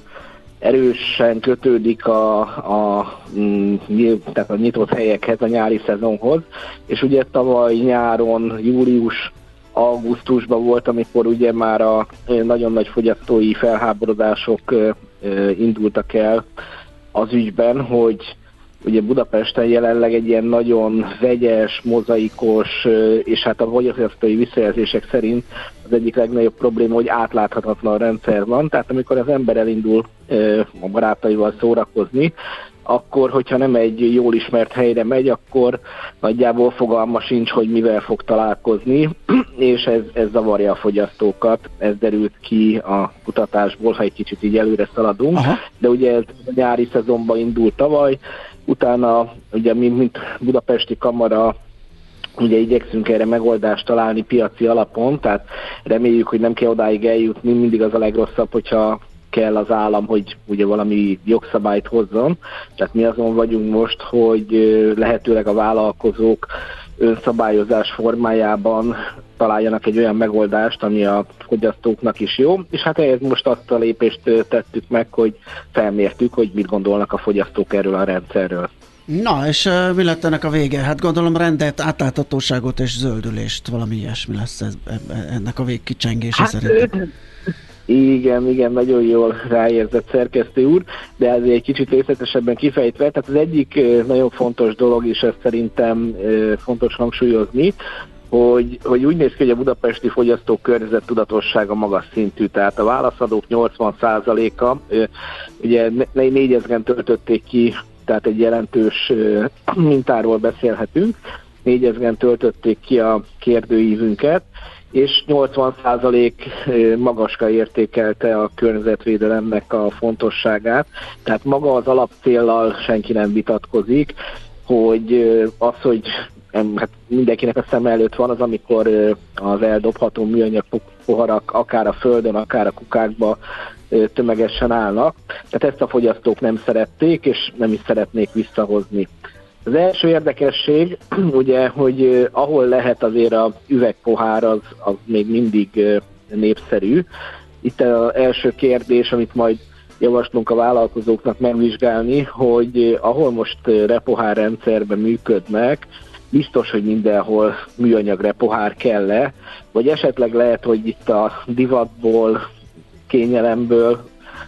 erősen kötődik a, a, tehát a nyitott helyekhez, a nyári szezonhoz, és ugye tavaly nyáron, július, augusztusban volt, amikor ugye már a nagyon nagy fogyasztói felháborodások indultak el az ügyben, hogy ugye Budapesten jelenleg egy ilyen nagyon vegyes, mozaikos, és hát a fogyasztói visszajelzések szerint az egyik legnagyobb probléma, hogy átláthatatlan rendszer van. Tehát amikor az ember elindul a barátaival szórakozni, akkor, hogyha nem egy jól ismert helyre megy, akkor nagyjából fogalma sincs, hogy mivel fog találkozni, és ez, ez zavarja a fogyasztókat. Ez derült ki a kutatásból, ha egy kicsit így előre szaladunk. Aha. De ugye ez a nyári szezonban indult tavaly, utána ugye mi, mint budapesti kamara, ugye igyekszünk erre megoldást találni piaci alapon, tehát reméljük, hogy nem kell odáig eljutni, mindig az a legrosszabb, hogyha kell az állam, hogy ugye valami jogszabályt hozzon. Tehát mi azon vagyunk most, hogy lehetőleg a vállalkozók önszabályozás formájában találjanak egy olyan megoldást, ami a fogyasztóknak is jó, és hát ehhez most azt a lépést tettük meg, hogy felmértük, hogy mit gondolnak a fogyasztók erről a rendszerről. Na, és uh, mi lett ennek a vége? Hát gondolom rendet, átláthatóságot és zöldülést, valami ilyesmi lesz ez, ennek a végkicsengése hát, szerintem. Igen, igen, nagyon jól ráérzett szerkesztő úr, de azért egy kicsit részletesebben kifejtve, tehát az egyik nagyon fontos dolog, és ezt szerintem fontos hangsúlyozni, hogy, hogy úgy néz ki, hogy a budapesti fogyasztók környezet tudatossága magas szintű, tehát a válaszadók nyolcvan százaléka, ugye négyezren töltötték ki, tehát egy jelentős mintáról beszélhetünk, négyezren töltötték ki a kérdőívünket, és nyolcvan százalék magaska értékelte a környezetvédelemnek a fontosságát. Tehát maga az alapcéllal senki nem vitatkozik, hogy az, hogy hát mindenkinek a szem előtt van az, amikor az eldobható műanyag poharak akár a földön, akár a kukákba tömegesen állnak. Tehát ezt a fogyasztók nem szerették, és nem is szeretnék visszahozni. Az első érdekesség, ugye, hogy ahol lehet azért az üvegpohár, az, az még mindig népszerű. Itt az első kérdés, amit majd javaslunk a vállalkozóknak megvizsgálni, hogy ahol most repohár rendszerben működnek, biztos, hogy mindenhol műanyag repohár kell-e, vagy esetleg lehet, hogy itt a divatból, kényelemből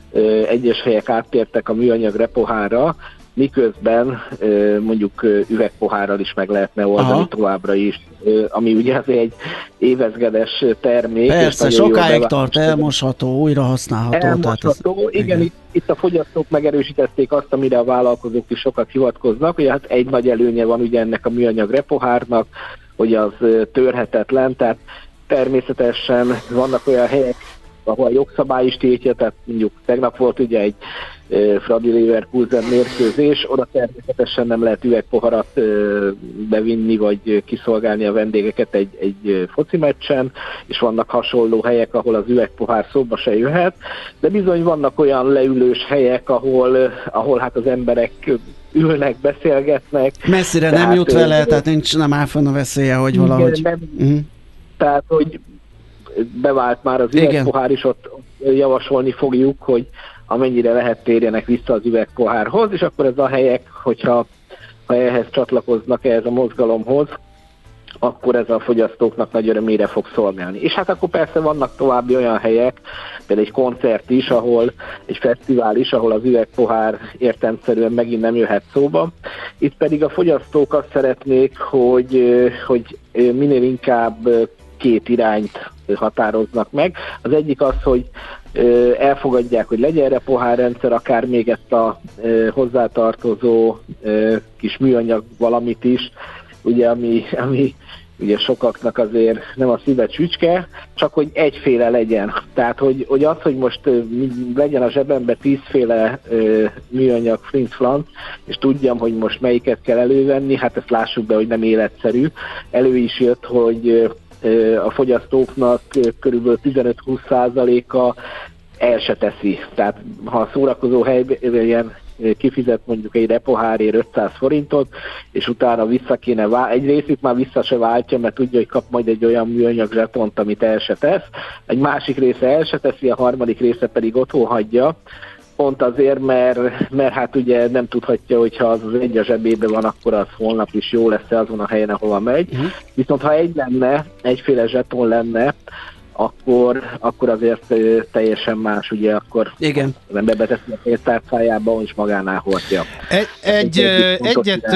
egyes helyek áttértek a műanyag repohárra, miközben mondjuk üvegpohárral is meg lehetne oldani Aha. továbbra is, ami ugye azért egy évezgedes termék. Persze, sokáig tart, elmosható, újra használható. Elmosható, tehát ez, igen, igen. Itt, itt a fogyasztók megerősítették azt, amire a vállalkozók is sokat hivatkoznak, hogy hát egy nagy előnye van ugye ennek a műanyag repohárnak, hogy az törhetetlen, tehát természetesen vannak olyan helyek, ahol a jogszabály is tiltja, tehát mondjuk tegnap volt ugye egy e, Fradi Leverkusen mérkőzés, oda természetesen nem lehet üvegpoharat e, bevinni, vagy kiszolgálni a vendégeket egy, egy foci meccsen, és vannak hasonló helyek, ahol az üvegpohár szóba se jöhet, de bizony vannak olyan leülős helyek, ahol, ahol hát az emberek ülnek, beszélgetnek. Messzire tehát, nem jut vele, tehát nincs, nem áll fenn a veszélye, hogy valahogy... Nem, uh-huh. Tehát, hogy bevált már az üvegpohár is, ott javasolni fogjuk, hogy amennyire lehet térjenek vissza az üvegpohárhoz, és akkor ez a helyek, hogyha ha ehhez csatlakoznak ehhez a mozgalomhoz, akkor ez a fogyasztóknak nagy örömére fog szolgálni. És hát akkor persze vannak további olyan helyek, például egy koncert is, ahol egy fesztivál is, ahol az üvegpohár értelemszerűen megint nem jöhet szóba. Itt pedig a fogyasztók azt szeretnék, hogy, hogy minél inkább két irányt határoznak meg. Az egyik az, hogy elfogadják, hogy legyen repohárrendszer, akár még ezt a hozzátartozó kis műanyag valamit is, ugye, ami, ami ugye sokaknak azért nem a szíve csücske, csak hogy egyféle legyen. Tehát, hogy, hogy az, hogy most legyen a zsebembe tízféle műanyag flinc-flanc, és tudjam, hogy most melyiket kell elővenni, hát ezt lássuk be, hogy nem életszerű. Elő is jött, hogy a fogyasztóknak körülbelül tizenöt-húsz százaléka el se teszi. Tehát ha a szórakozó helyben kifizet mondjuk egy repohárért ötszáz forintot, és utána vissza kéne vál- egy részét már vissza se váltja, mert tudja, hogy kap majd egy olyan műanyag zsetont, amit el se tesz. Egy másik része el se teszi, a harmadik része pedig otthon hagyja. Pont azért, mert, mert hát ugye nem tudhatja, hogy ha az az egy a zsebében van, akkor az holnap is jó lesz azon a helyen, ahova megy. Uh-huh. Viszont ha egy lenne, egyféle zseton lenne, akkor, akkor azért teljesen más, ugye akkor igen. az ember beteszi a pénztárcájába, és magánál hordja. Egy, egy, egy egyet,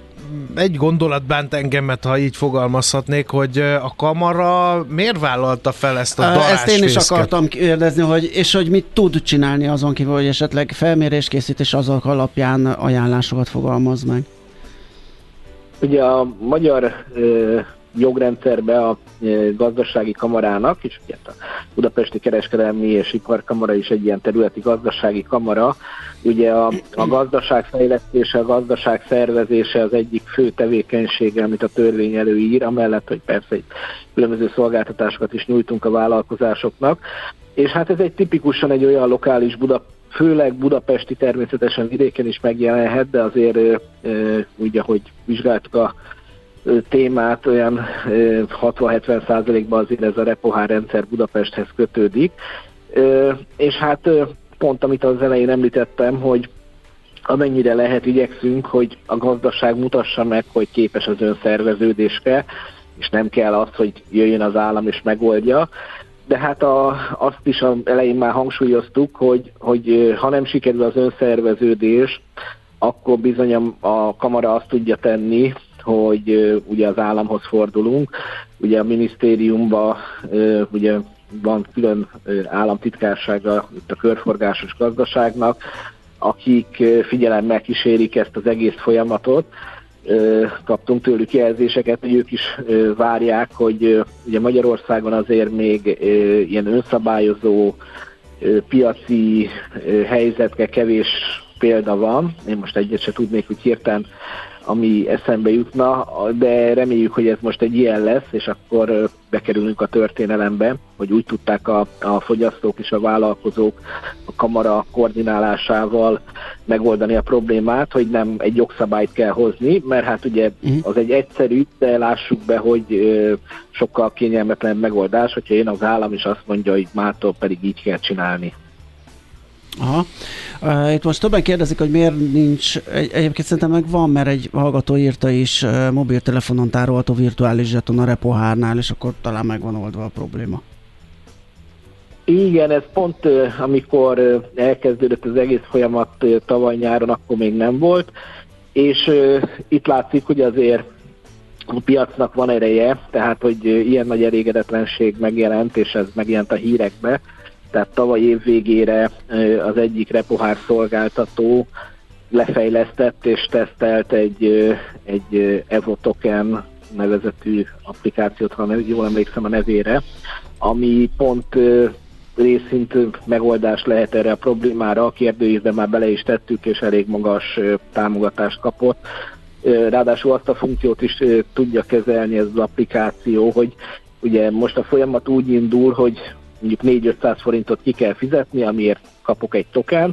egy gondolat bánt engemet, ha így fogalmazhatnék, hogy a kamara miért vállalta fel ezt a darásfészket? Ezt én is akartam kérdezni, hogy, és hogy mit tud csinálni azon kívül, hogy esetleg felmérés készít, és azok alapján ajánlásokat fogalmaz meg. Ugye a magyar ö, jogrendszerbe a ö, gazdasági kamarának, és ugye a Budapesti Kereskedelmi és Iparkamara is egy ilyen területi gazdasági kamara, ugye a, a gazdaság fejlesztése, a gazdaság szervezése az egyik fő tevékenysége, amit a törvény előír, amellett, hogy persze egy különböző szolgáltatásokat is nyújtunk a vállalkozásoknak, és hát ez egy tipikusan egy olyan lokális Buda, főleg budapesti, természetesen vidéken is megjelenhet, de azért úgy, ahogy vizsgáltuk a témát, olyan hatvan-hetven százalékban azért ez a repohárrendszer Budapesthez kötődik, és hát pont amit az elején említettem, hogy amennyire lehet igyekszünk, hogy a gazdaság mutassa meg, hogy képes az önszerveződésre, és nem kell az, hogy jöjjön az állam és megoldja. De hát a, azt is az elején már hangsúlyoztuk, hogy, hogy ha nem sikerül az önszerveződés, akkor bizony a kamara azt tudja tenni, hogy ugye az államhoz fordulunk. Ugye a minisztériumban ugye van külön államtitkársága itt a körforgásos gazdaságnak, akik figyelemmel kísérik ezt az egész folyamatot, kaptunk tőlük jelzéseket, hogy ők is várják, hogy ugye Magyarországon azért még ilyen önszabályozó piaci helyzetre kevés példa van. Én most egyet se tudnék, hogy hirtelen ami eszembe jutna, de reméljük, hogy ez most egy ilyen lesz, és akkor bekerülünk a történelembe, hogy úgy tudták a, a fogyasztók és a vállalkozók a kamara koordinálásával megoldani a problémát, hogy nem egy jogszabályt kell hozni, mert hát ugye az egy egyszerű, de lássuk be, hogy sokkal kényelmetlen megoldás, hogyha én az állam is azt mondja, hogy mától pedig így kell csinálni. Aha. Uh, itt most többen kérdezik, hogy miért nincs, egy, egyébként szerintem meg van, mert egy hallgató írta is, uh, mobiltelefonon tárolható virtuális zseton a Repohárnál, és akkor talán meg van oldva a probléma. Igen, ez pont uh, amikor uh, elkezdődött az egész folyamat uh, tavaly nyáron, akkor még nem volt, és uh, itt látszik, hogy azért a piacnak van ereje, tehát hogy uh, ilyen nagy elégedetlenség megjelent, és ez megjelent a hírekbe. Tehát tavaly év végére az egyik Repohár szolgáltató lefejlesztett és tesztelt egy, egy Evotoken nevezetű applikációt, ha jól emlékszem a nevére, ami pont részint megoldás lehet erre a problémára. A kérdőívben már bele is tettük, és elég magas támogatást kapott. Ráadásul azt a funkciót is tudja kezelni ez az applikáció, hogy ugye most a folyamat úgy indul, hogy mondjuk négy-ötszáz forintot ki kell fizetni, amiért kapok egy tokent,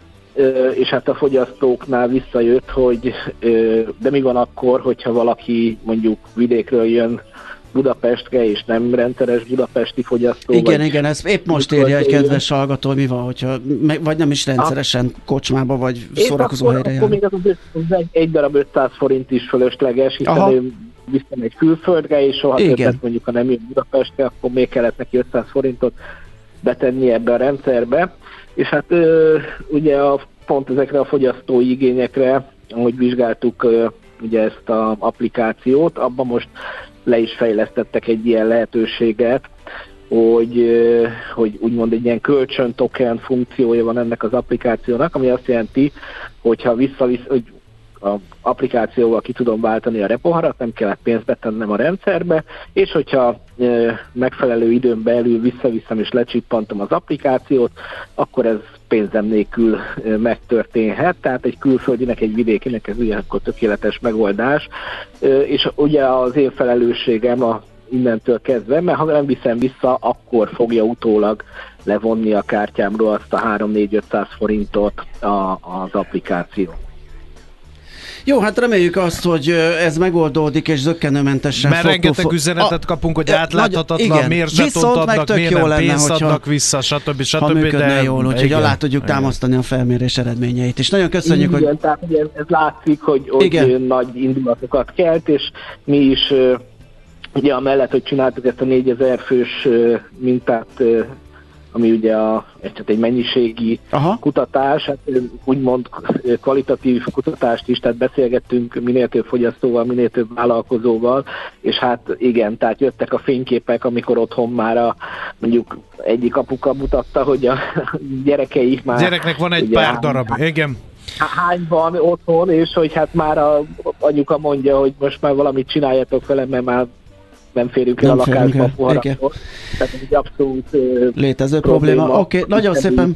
és hát a fogyasztóknál visszajött, hogy de mi van akkor, hogyha valaki mondjuk vidékről jön Budapestre, és nem rendszeres budapesti fogyasztó. Igen, vagy igen, ez épp most írja egy kedves hallgató, hogy mi van, hogyha, vagy nem is rendszeresen kocsmába, vagy szórakozó helyre jár. Akkor még az, az egy, egy darab ötszáz forint is fölösleges, hiszen Aha. ő visszamegy külföldre, és soha Igen. többet mondjuk, ha nem jön Budapestre, akkor még kellett neki ötszáz forintot betenni ebbe a rendszerbe. És hát ö, ugye a, pont ezekre a fogyasztói igényekre, ahogy vizsgáltuk ö, ugye ezt az applikációt, abban most le is fejlesztettek egy ilyen lehetőséget, hogy, ö, hogy úgymond egy ilyen kölcsöntoken funkciója van ennek az applikációnak, ami azt jelenti, hogyha visszavisz, hogy az applikációval ki tudom váltani a repoharat, nem kellett pénzt betennem a rendszerbe, és hogyha e, megfelelő időn belül visszaviszem és lecsippantom az applikációt, akkor ez pénzem nélkül e, megtörténhet, tehát egy külföldinek, egy vidékinek ez ugye akkor tökéletes megoldás, e, és ugye az én felelősségem a innentől kezdve, mert ha nem viszem vissza, akkor fogja utólag levonni a kártyámról azt a három-négy-ötszáz forintot a, az applikáció. Jó, hát reméljük azt, hogy ez megoldódik, és zökkenőmentesen. Mert rengeteg üzenetet kapunk, hogy átláthatatlan, miért zsetont adnak, miért nem pénzt adnak vissza, stb. stb. Ha működne jól, úgyhogy alá tudjuk igen. támasztani a felmérés eredményeit. És nagyon köszönjük, igen, hogy... tehát ugye ez látszik, hogy, hogy nagy indulatokat kelt, és mi is ugye amellett, hogy csináltuk ezt a négyezer fős mintát, ami ugye a, egy mennyiségi Aha. kutatás, hát úgymond kvalitatív kutatást is, tehát beszélgettünk minél több fogyasztóval, minél több vállalkozóval, és hát igen, tehát jöttek a fényképek, amikor otthon már a, mondjuk egyik apuka mutatta, hogy a gyerekei már... Gyereknek van egy pár darab, hány, igen. Hány van otthon, és hogy hát már a anyuka mondja, hogy most már valamit csináljatok vele, mert már nem férünk el nem a lakásba a poharatól. Tehát ez egy abszolút létező probléma. probléma. Oké, okay, nagyon szépen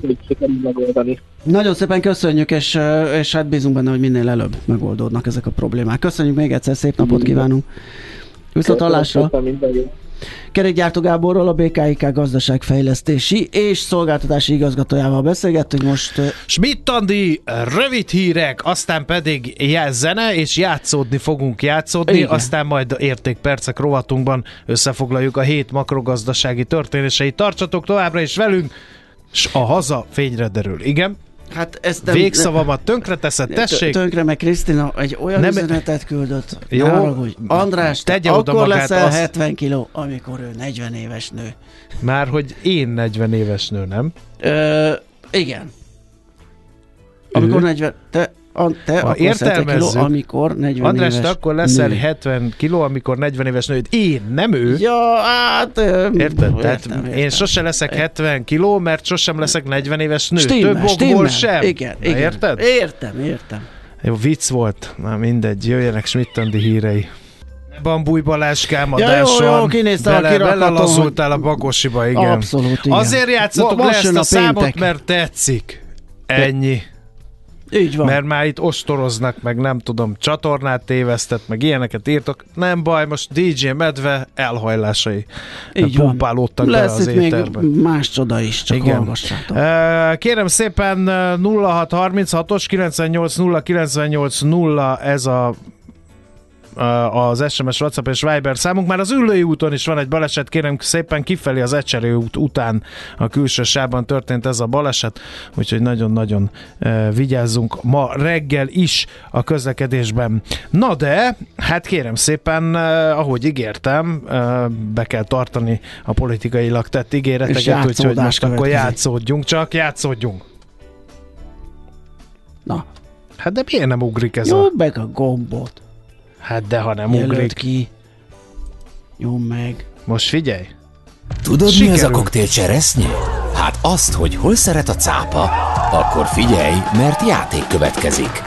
nagyon szépen köszönjük, és, és hát bízunk benne, hogy minél előbb megoldódnak ezek a problémák. Köszönjük még egyszer, szép napot kívánunk. Viszonthallásra. Kerékgyártó Gáborról, a bé ká i ká gazdaságfejlesztési és szolgáltatási igazgatójával beszélgettünk most. Schmidt Andi, rövid hírek, aztán pedig zene, és játszódni fogunk játszódni, Igen. aztán majd értékpercek rovatunkban összefoglaljuk a hét makrogazdasági történéseit. Tartsatok továbbra is velünk, s a haza fényre derül. Igen? Hát ezt nem, Végszavamat tönkre teszed, tessék? Tönkre, meg Krisztina egy olyan nem, üzenetet küldött. Jó. Haragudj. András, te akkor leszel azt... hetven kiló, amikor ő negyven éves nő. Már hogy én negyven éves nő, nem? Ö, igen. Amikor ő? negyven... Te, a, te akkor hetven kiló, amikor negyven András, éves te akkor leszel nő. hetven kiló, amikor negyven éves nő. Én, nem ő. Ja, hát... Érted? Tehát értem, értem. Én sose leszek hetven kiló, mert sosem leszek negyven éves nő. Stimmel, Több okból sem. Igen, igen. Érted? Értem, értem. Jó, vicc volt. Na mindegy, jöjjenek Schmidt-Andi hírei. Bambúj Balázskám adáson. Ja, jó, jó, kinézte a kirakaton. Belelazultál a Bakosiba, igen. Abszolút, igen. Azért játszatok le ezt a, a számot, mert tetszik. Ennyi. Így van. Mert már itt ostoroznak, meg nem tudom, csatornát tévesztett, meg ilyeneket írtok. Nem baj, most dé dzsé Medve elhajlásai. Így van. Pumpálódtak lesz be az itt éterbe. Még más csoda is, csak igen. hallgassátok. Kérem szépen nulla hat harminchatos kilencvennyolc nulla kilencvennyolc nulla ez a az es em es, WhatsApp és Viber számunk. Már az Üllői úton is van egy baleset, kérem szépen kifelé az Ecserő út után a külső sávban történt ez a baleset, úgyhogy nagyon-nagyon uh, vigyázzunk ma reggel is a közlekedésben. Na de, hát kérem szépen, uh, ahogy ígértem, uh, be kell tartani a politikailag tett ígéreteket, úgyhogy most akkor játszódjunk, csak játszódjunk. Na. Hát de miért nem ugrik ez Jó, a... meg a gombot. Hát de ha nem Jelölt ugrik. ki. Jó meg. Most figyelj. Tudod, sikerül. Mi az a koktél cseresznye? Hát azt, hogy hol szeret a cápa, akkor figyelj, mert játék következik.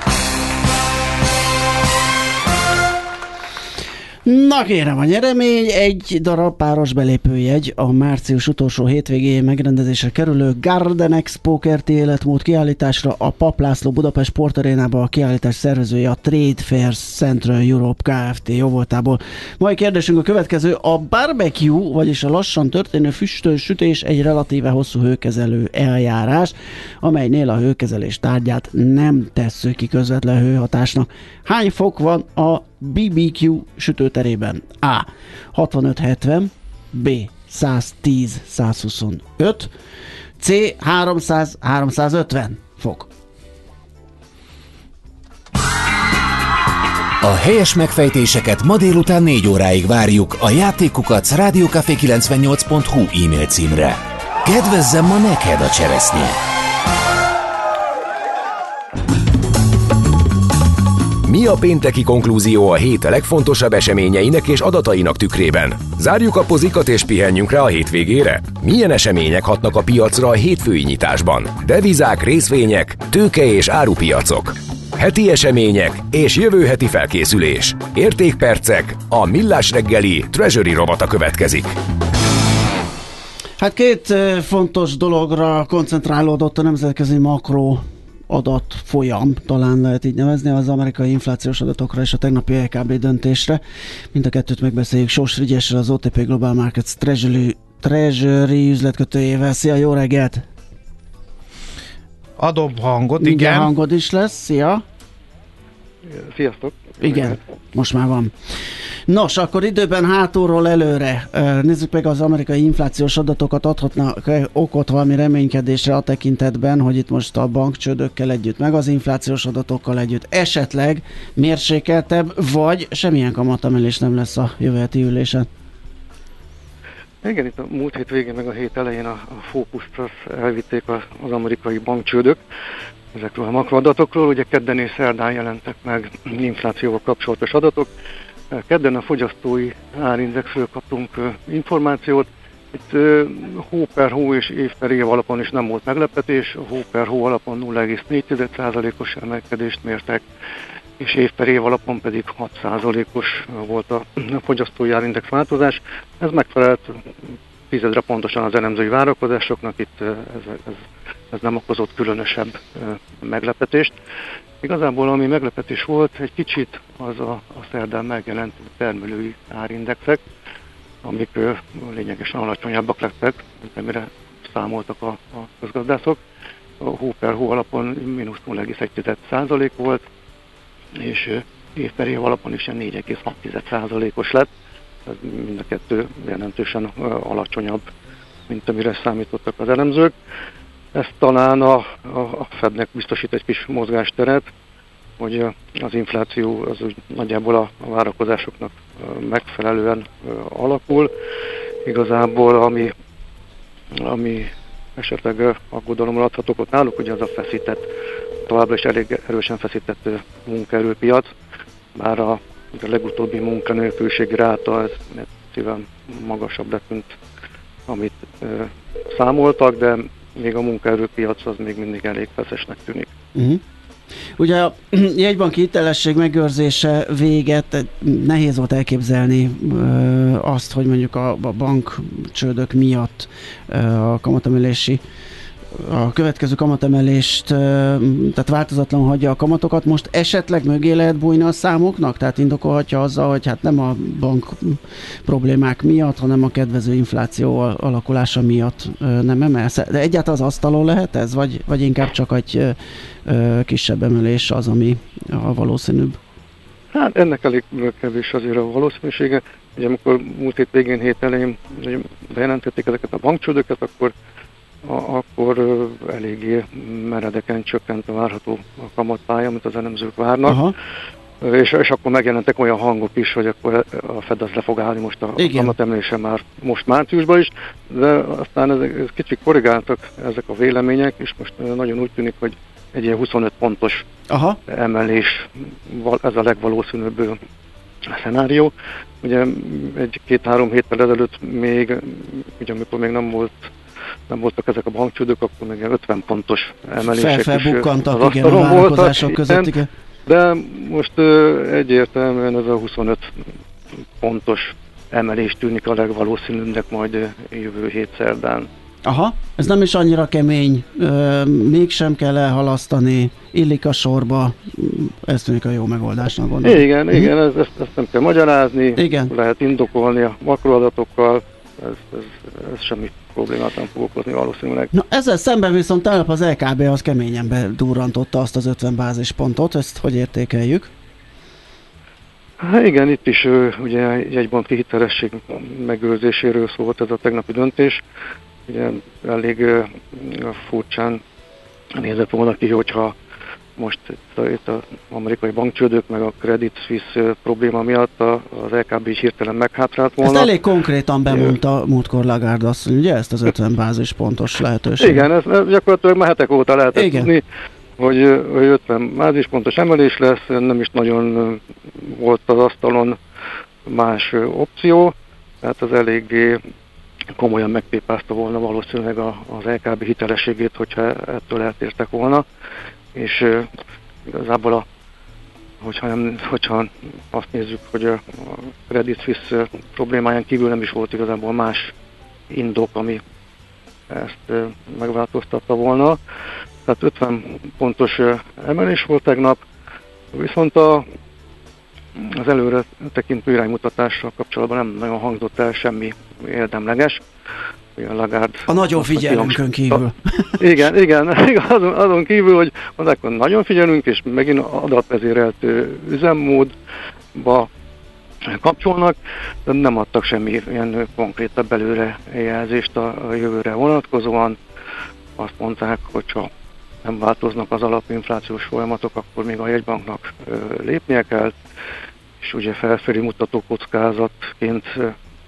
Na kérem, a nyeremény egy darab páros belépőjegy a március utolsó hétvégéjén megrendezésre kerülő Gardenex Pókerti életmód kiállításra a Papp László Budapest Sportarénában. A kiállítás szervezője a Trade Fairs Central Europe Kft. Jóvoltából. Mai kérdésünk a következő: a barbecue, vagyis a lassan történő füstönsütés egy relatíve hosszú hőkezelő eljárás, amelynél a hőkezelés tárgyát nem tesszük ki közvetlen hőhatásnak. Hány fok van a bé bé kú sütőterében? A. hatvanöt hetven, B. száztíz százhuszonöt, C. háromszáz háromszázötven fok. A helyes megfejtéseket ma délután négy óráig várjuk a játékukat rádiókafé kilencvennyolc pont hu e-mail címre. Kedvezzem ma neked a cseresznye! Mi a pénteki konklúzió a hét legfontosabb eseményeinek és adatainak tükrében? Zárjuk a pozikat és pihenjünk rá a hétvégére? Milyen események hatnak a piacra a hétfői nyitásban? Devizák, részvények, tőke és árupiacok. Heti események és jövő heti felkészülés. Értékpercek, a Millás reggeli Treasury rovata következik. Hát két fontos dologra koncentrálódott a nemzetközi makro adat folyam, talán lehet így nevezni, az amerikai inflációs adatokra és a tegnapi é ká bé döntésre. Mind a kettőt megbeszéljük Sós Frigyessel, az o té pé Global Markets Treasury, Treasury üzletkötőjével. Szia, jó reggelt! Adom hangot, igen. igen. hangod is lesz, szia! Sziasztok! Igen, most már van. Nos, akkor időben hátulról előre. Nézzük meg, az amerikai inflációs adatokat adhatnak okot valami reménykedésre a tekintetben, hogy itt most a bankcsődökkel együtt, meg az inflációs adatokkal együtt esetleg mérsékeltebb, vagy semmilyen kamatemelés nem lesz a jövő heti ülésen. Igen, itt a múlt hét végén, meg a hét elején a, a fókuszt elvitték az amerikai bankcsődök ezekről a makroadatokról. Ugye kedden és szerdán jelentek meg inflációval kapcsolatos adatok. Kedden a fogyasztói árindexről kaptunk információt. Itt hó per hó és év per év alapon is nem volt meglepetés. A hó per hó alapon nulla egész négy százalékos emelkedést mértek, és év per év alapon pedig hat százalékos volt a fogyasztói árindex változás. Ez megfelelt tizedre pontosan az elemzői várakozásoknak, itt ez, ez, ez nem okozott különösebb meglepetést. Igazából ami meglepetés volt egy kicsit, az a, a szerdán megjelent termelői árindexek, amik ö, lényegesen alacsonyabbak lettek, mint amire számoltak a, a közgazdászok. A hó per hó alapon mínusz nulla egész egy százalék volt, és ö, év per év alapon is négy egész hat százalékos lett. Ez mind a kettő jelentősen ö, alacsonyabb, mint amire számítottak az elemzők. Ez talán a, a, a Fednek biztosít egy kis mozgásteret, hogy az infláció az úgy nagyjából a, a várakozásoknak megfelelően alakul. Igazából ami, ami esetleg aggodalomra adhatok ott náluk, ugye az a feszített, továbbra is elég erősen feszített munkaerőpiac, bár a, a legutóbbi munkanélküliségi ráta ez szívem magasabb lett, mint amit e, számoltak, de még a munkaerőpiac az még mindig elég feszesnek tűnik. Uh-huh. Ugye a jegybanki hitelesség megőrzése véget, nehéz volt elképzelni ö, azt, hogy mondjuk a, a bankcsődök miatt ö, a kamatemelési a következő kamatemelést, tehát változatlanul hagyja a kamatokat, most esetleg mögé lehet bújni a számoknak? Tehát indokolhatja azzal, hogy hát nem a bank problémák miatt, hanem a kedvező infláció alakulása miatt nem emelsz. De egyáltalán az asztalon lehet ez? Vagy, vagy inkább csak egy kisebb emelés az, ami a valószínűbb? Hát ennek elég kevés azért a valószínűsége. Ugye amikor múlt hét végén, hét elején bejelentették ezeket a bankcsődöket, akkor A, akkor uh, eléggé meredeken csökkent a várható a kamatpálya, amit az elemzők várnak. Aha. És, és akkor megjelentek olyan hangok is, hogy akkor a Fed az le fog állni most a, a kamatemelése már most márciusban is, de aztán ezek, ez kicsit korrigáltak ezek a vélemények, és most nagyon úgy tűnik, hogy egy ilyen huszonöt pontos Aha. emelés, ez a legvalószínűbb szenárió. Ugye egy-két-három héttel ezelőtt még, ugye amikor még nem volt nem voltak ezek a bankcsődök, akkor még ötven pontos emelések Felfelbukkantak, igen, a várakozások között, igen. De most uh, egyértelműen ez a huszonöt pontos emelés tűnik a legvalószínűbbnek majd uh, jövő hét szerdán. Aha, ez nem is annyira kemény, uh, mégsem kell elhalasztani, illik a sorba, ez tűnik a jó megoldásnak, gondolom. Igen, uh-huh. igen, ezt, ezt, ezt nem kell magyarázni, igen. Lehet indokolni a makroadatokkal, ez, ez, ez semmi problémát nem fog okozni valószínűleg. Na, ezzel szemben viszont tegnap az el ká bé az keményen bedurrantotta azt az ötven bázispontot, ezt hogy értékeljük? Hát igen, itt is ugye jegybanki hitelesség megőrzéséről szólt ez a tegnapi döntés. Ugye elég furcsán nézett volna ki, hogyha most itt az amerikai bankcsődök meg a Credit Suisse probléma miatt az el ká bé is hirtelen meghátrált volna. Ezt elég konkrétan bemondta múltkor Lagarde asszony, ugye ezt az ötven bázispontos lehetőség? Igen, ez gyakorlatilag már hetek óta lehetett Igen. tudni, hogy, hogy ötven bázispontos emelés lesz, nem is nagyon volt az asztalon más opció, tehát az eléggé komolyan megpépázta volna valószínűleg az el ká bé hitelességét, hogyha ettől eltértek volna. És uh, igazából, a, hogyha, nem, hogyha azt nézzük, hogy a, a Credit Suisse problémáján kívül nem is volt igazából más indok, ami ezt uh, megváltoztatta volna. Tehát ötven pontos uh, emelés volt tegnap, viszont a, az előre tekintő iránymutatással kapcsolatban nem nagyon hangzott el semmi érdemleges. A, Lagarde, a nagyon figyelünkön kívül. Igen, igen, azon, azon kívül, hogy azokon nagyon figyelünk, és megint adatvezérelt üzemmódba kapcsolnak, de nem adtak semmi ilyen konkrétabb előrejelzést a, a jövőre vonatkozóan. Azt mondták, hogyha nem változnak az alapinflációs folyamatok, akkor még a jegybanknak ö, lépnie kell, és ugye felfelé mutató kockázatként ö,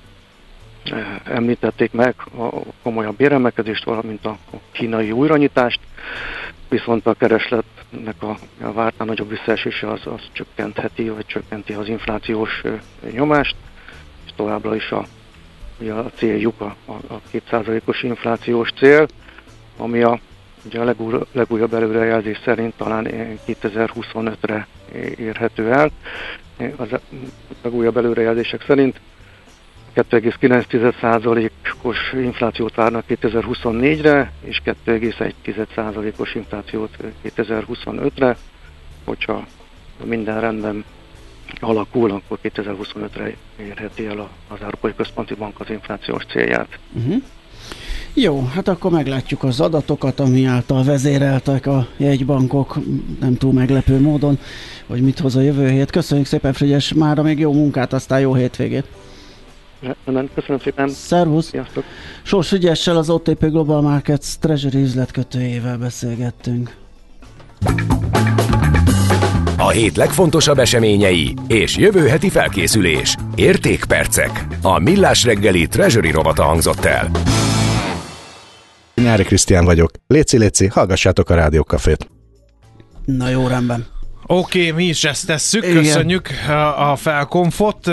említették meg a komolyabb béremelkedést, valamint a kínai újranyitást, viszont a keresletnek a, a vártnál nagyobb visszaesése az, az csökkentheti, vagy csökkenti az inflációs nyomást, és továbbra is a, ugye a céljuk a, a két százalékos inflációs cél, ami a, ugye a legúj, legújabb előrejelzés szerint talán kétezer-huszonötre érhető el. Az legújabb előrejelzések szerint kettő egész kilenc százalékos inflációt várnak kétezer-huszonnégyre, és kettő egész egy százalékos inflációt kétezer-huszonötre. Hogyha minden rendben alakul, akkor kétezer-huszonötre érheti el az Európai Központi Bank az inflációs célját. Uh-huh. Jó, hát akkor meglátjuk az adatokat, ami által vezéreltek a jegybankok, nem túl meglepő módon, hogy mit hoz a jövő hét. Köszönjük szépen, Frigyes, mára még jó munkát, aztán jó hétvégét! Köszönöm szépen. Szervusz. Sziasztok. Sós Frigyessel, az o té pé Global Markets Treasury üzletkötőjével beszélgettünk. A hét legfontosabb eseményei és jövő heti felkészülés. Értékpercek. A Millás reggeli Treasury rovata hangzott el. Nyári Krisztián vagyok. Léci, léci, hallgassátok a Rádió Cafét. Na jó, rendben. Oké, okay, mi is ezt tesszük, igen. Köszönjük a felkonfot.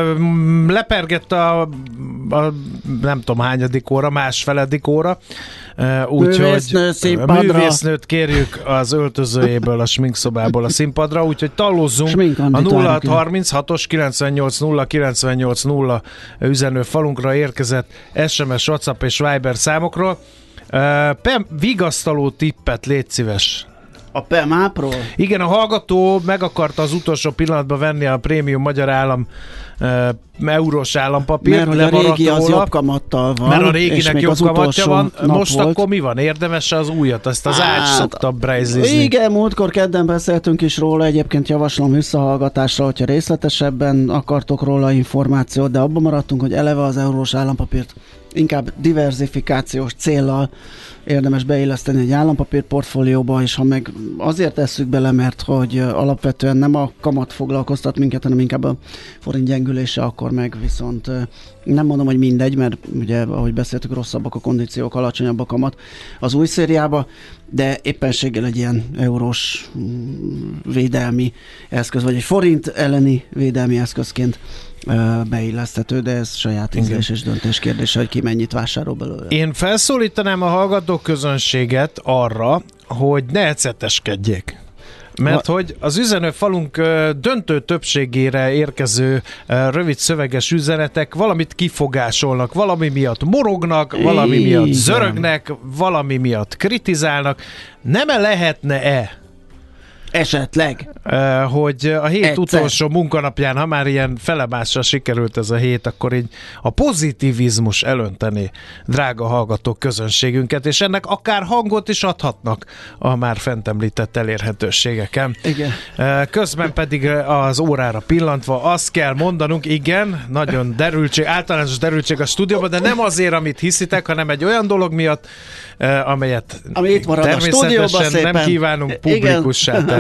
Lepergett a, a nem tudom hányadik óra, másfeledik óra. Úgyhogy Művésznő művésznőt kérjük az öltözőjéből, a sminkszobából a színpadra, úgyhogy tallózzunk a nulla hat harminchatos kilencvennyolc nulla kilencvennyolc nulla üzenő falunkra érkezett es em es, WhatsApp és Viber számokról. Pem, vigasztaló tippet légy szíves. A PEMÁPról? Igen, a hallgató meg akarta az utolsó pillanatban venni a prémium magyar állam e, eurós állampapírt. Mert hogy a régi az jobb kamattal van. Mert a réginek jobb kamatja van. Most volt. Akkor mi van? Érdemes az újat? Azt az ágy szokta brejzlizni. Igen, múltkor kedden beszéltünk is róla. Egyébként javaslom visszahallgatásra, hogyha részletesebben akartok róla információt, de abban maradtunk, hogy eleve az eurós állampapírt inkább diverzifikációs céllal érdemes beilleszteni egy állampapír portfólióba, és ha meg azért tesszük bele, mert hogy alapvetően nem a kamat foglalkoztat minket, hanem inkább a forint gyengülése, akkor meg viszont nem mondom, hogy mindegy, mert ugye, ahogy beszéltük, rosszabbak a kondíciók, alacsonyabb a kamat az új szériába, de éppenséggel egy ilyen eurós védelmi eszköz, vagy egy forint elleni védelmi eszközként beilleszthető, de ez saját ízlés és döntés kérdése, hogy ki mennyit vásárol belőle. Én felszólítanám a hallgató közönséget arra, hogy ne eceteskedjék. Mert hogy az üzenőfalunk döntő többségére érkező rövid szöveges üzenetek valamit kifogásolnak, valami miatt morognak, valami Igen. miatt zörögnek, valami miatt kritizálnak. Nem-e lehetne-e esetleg, hogy a hét Egyszer. utolsó munkanapján, ha már ilyen felemásra sikerült ez a hét, akkor így a pozitivizmus elönteni drága hallgatók közönségünket, és ennek akár hangot is adhatnak a már fent említett elérhetőségeken. Igen. Közben pedig az órára pillantva azt kell mondanunk, igen, nagyon derültség, általános derültség a stúdióban, de nem azért, amit hiszitek, hanem egy olyan dolog miatt, amelyet Ami itt marad a stúdióban természetesen nem kívánunk publikussá tenni.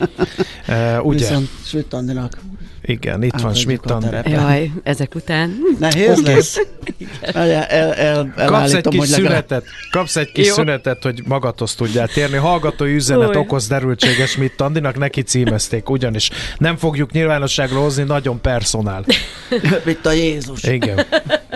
Uh, ugye? Viszont Schmidt Andinak. Igen, itt van Schmidt Andi. Jaj, ezek után. Nehéz okay. lesz. El, el, el, kapsz egy kis szünetet, legalább... kapsz egy kis Jó. szünetet, hogy magadhoz tudjál térni. Hallgatói üzenet Oly. okoz derültséges Schmidt Andinak, neki címezték, ugyanis nem fogjuk nyilvánosságra hozni, nagyon personál. Mint a Jézus. Igen.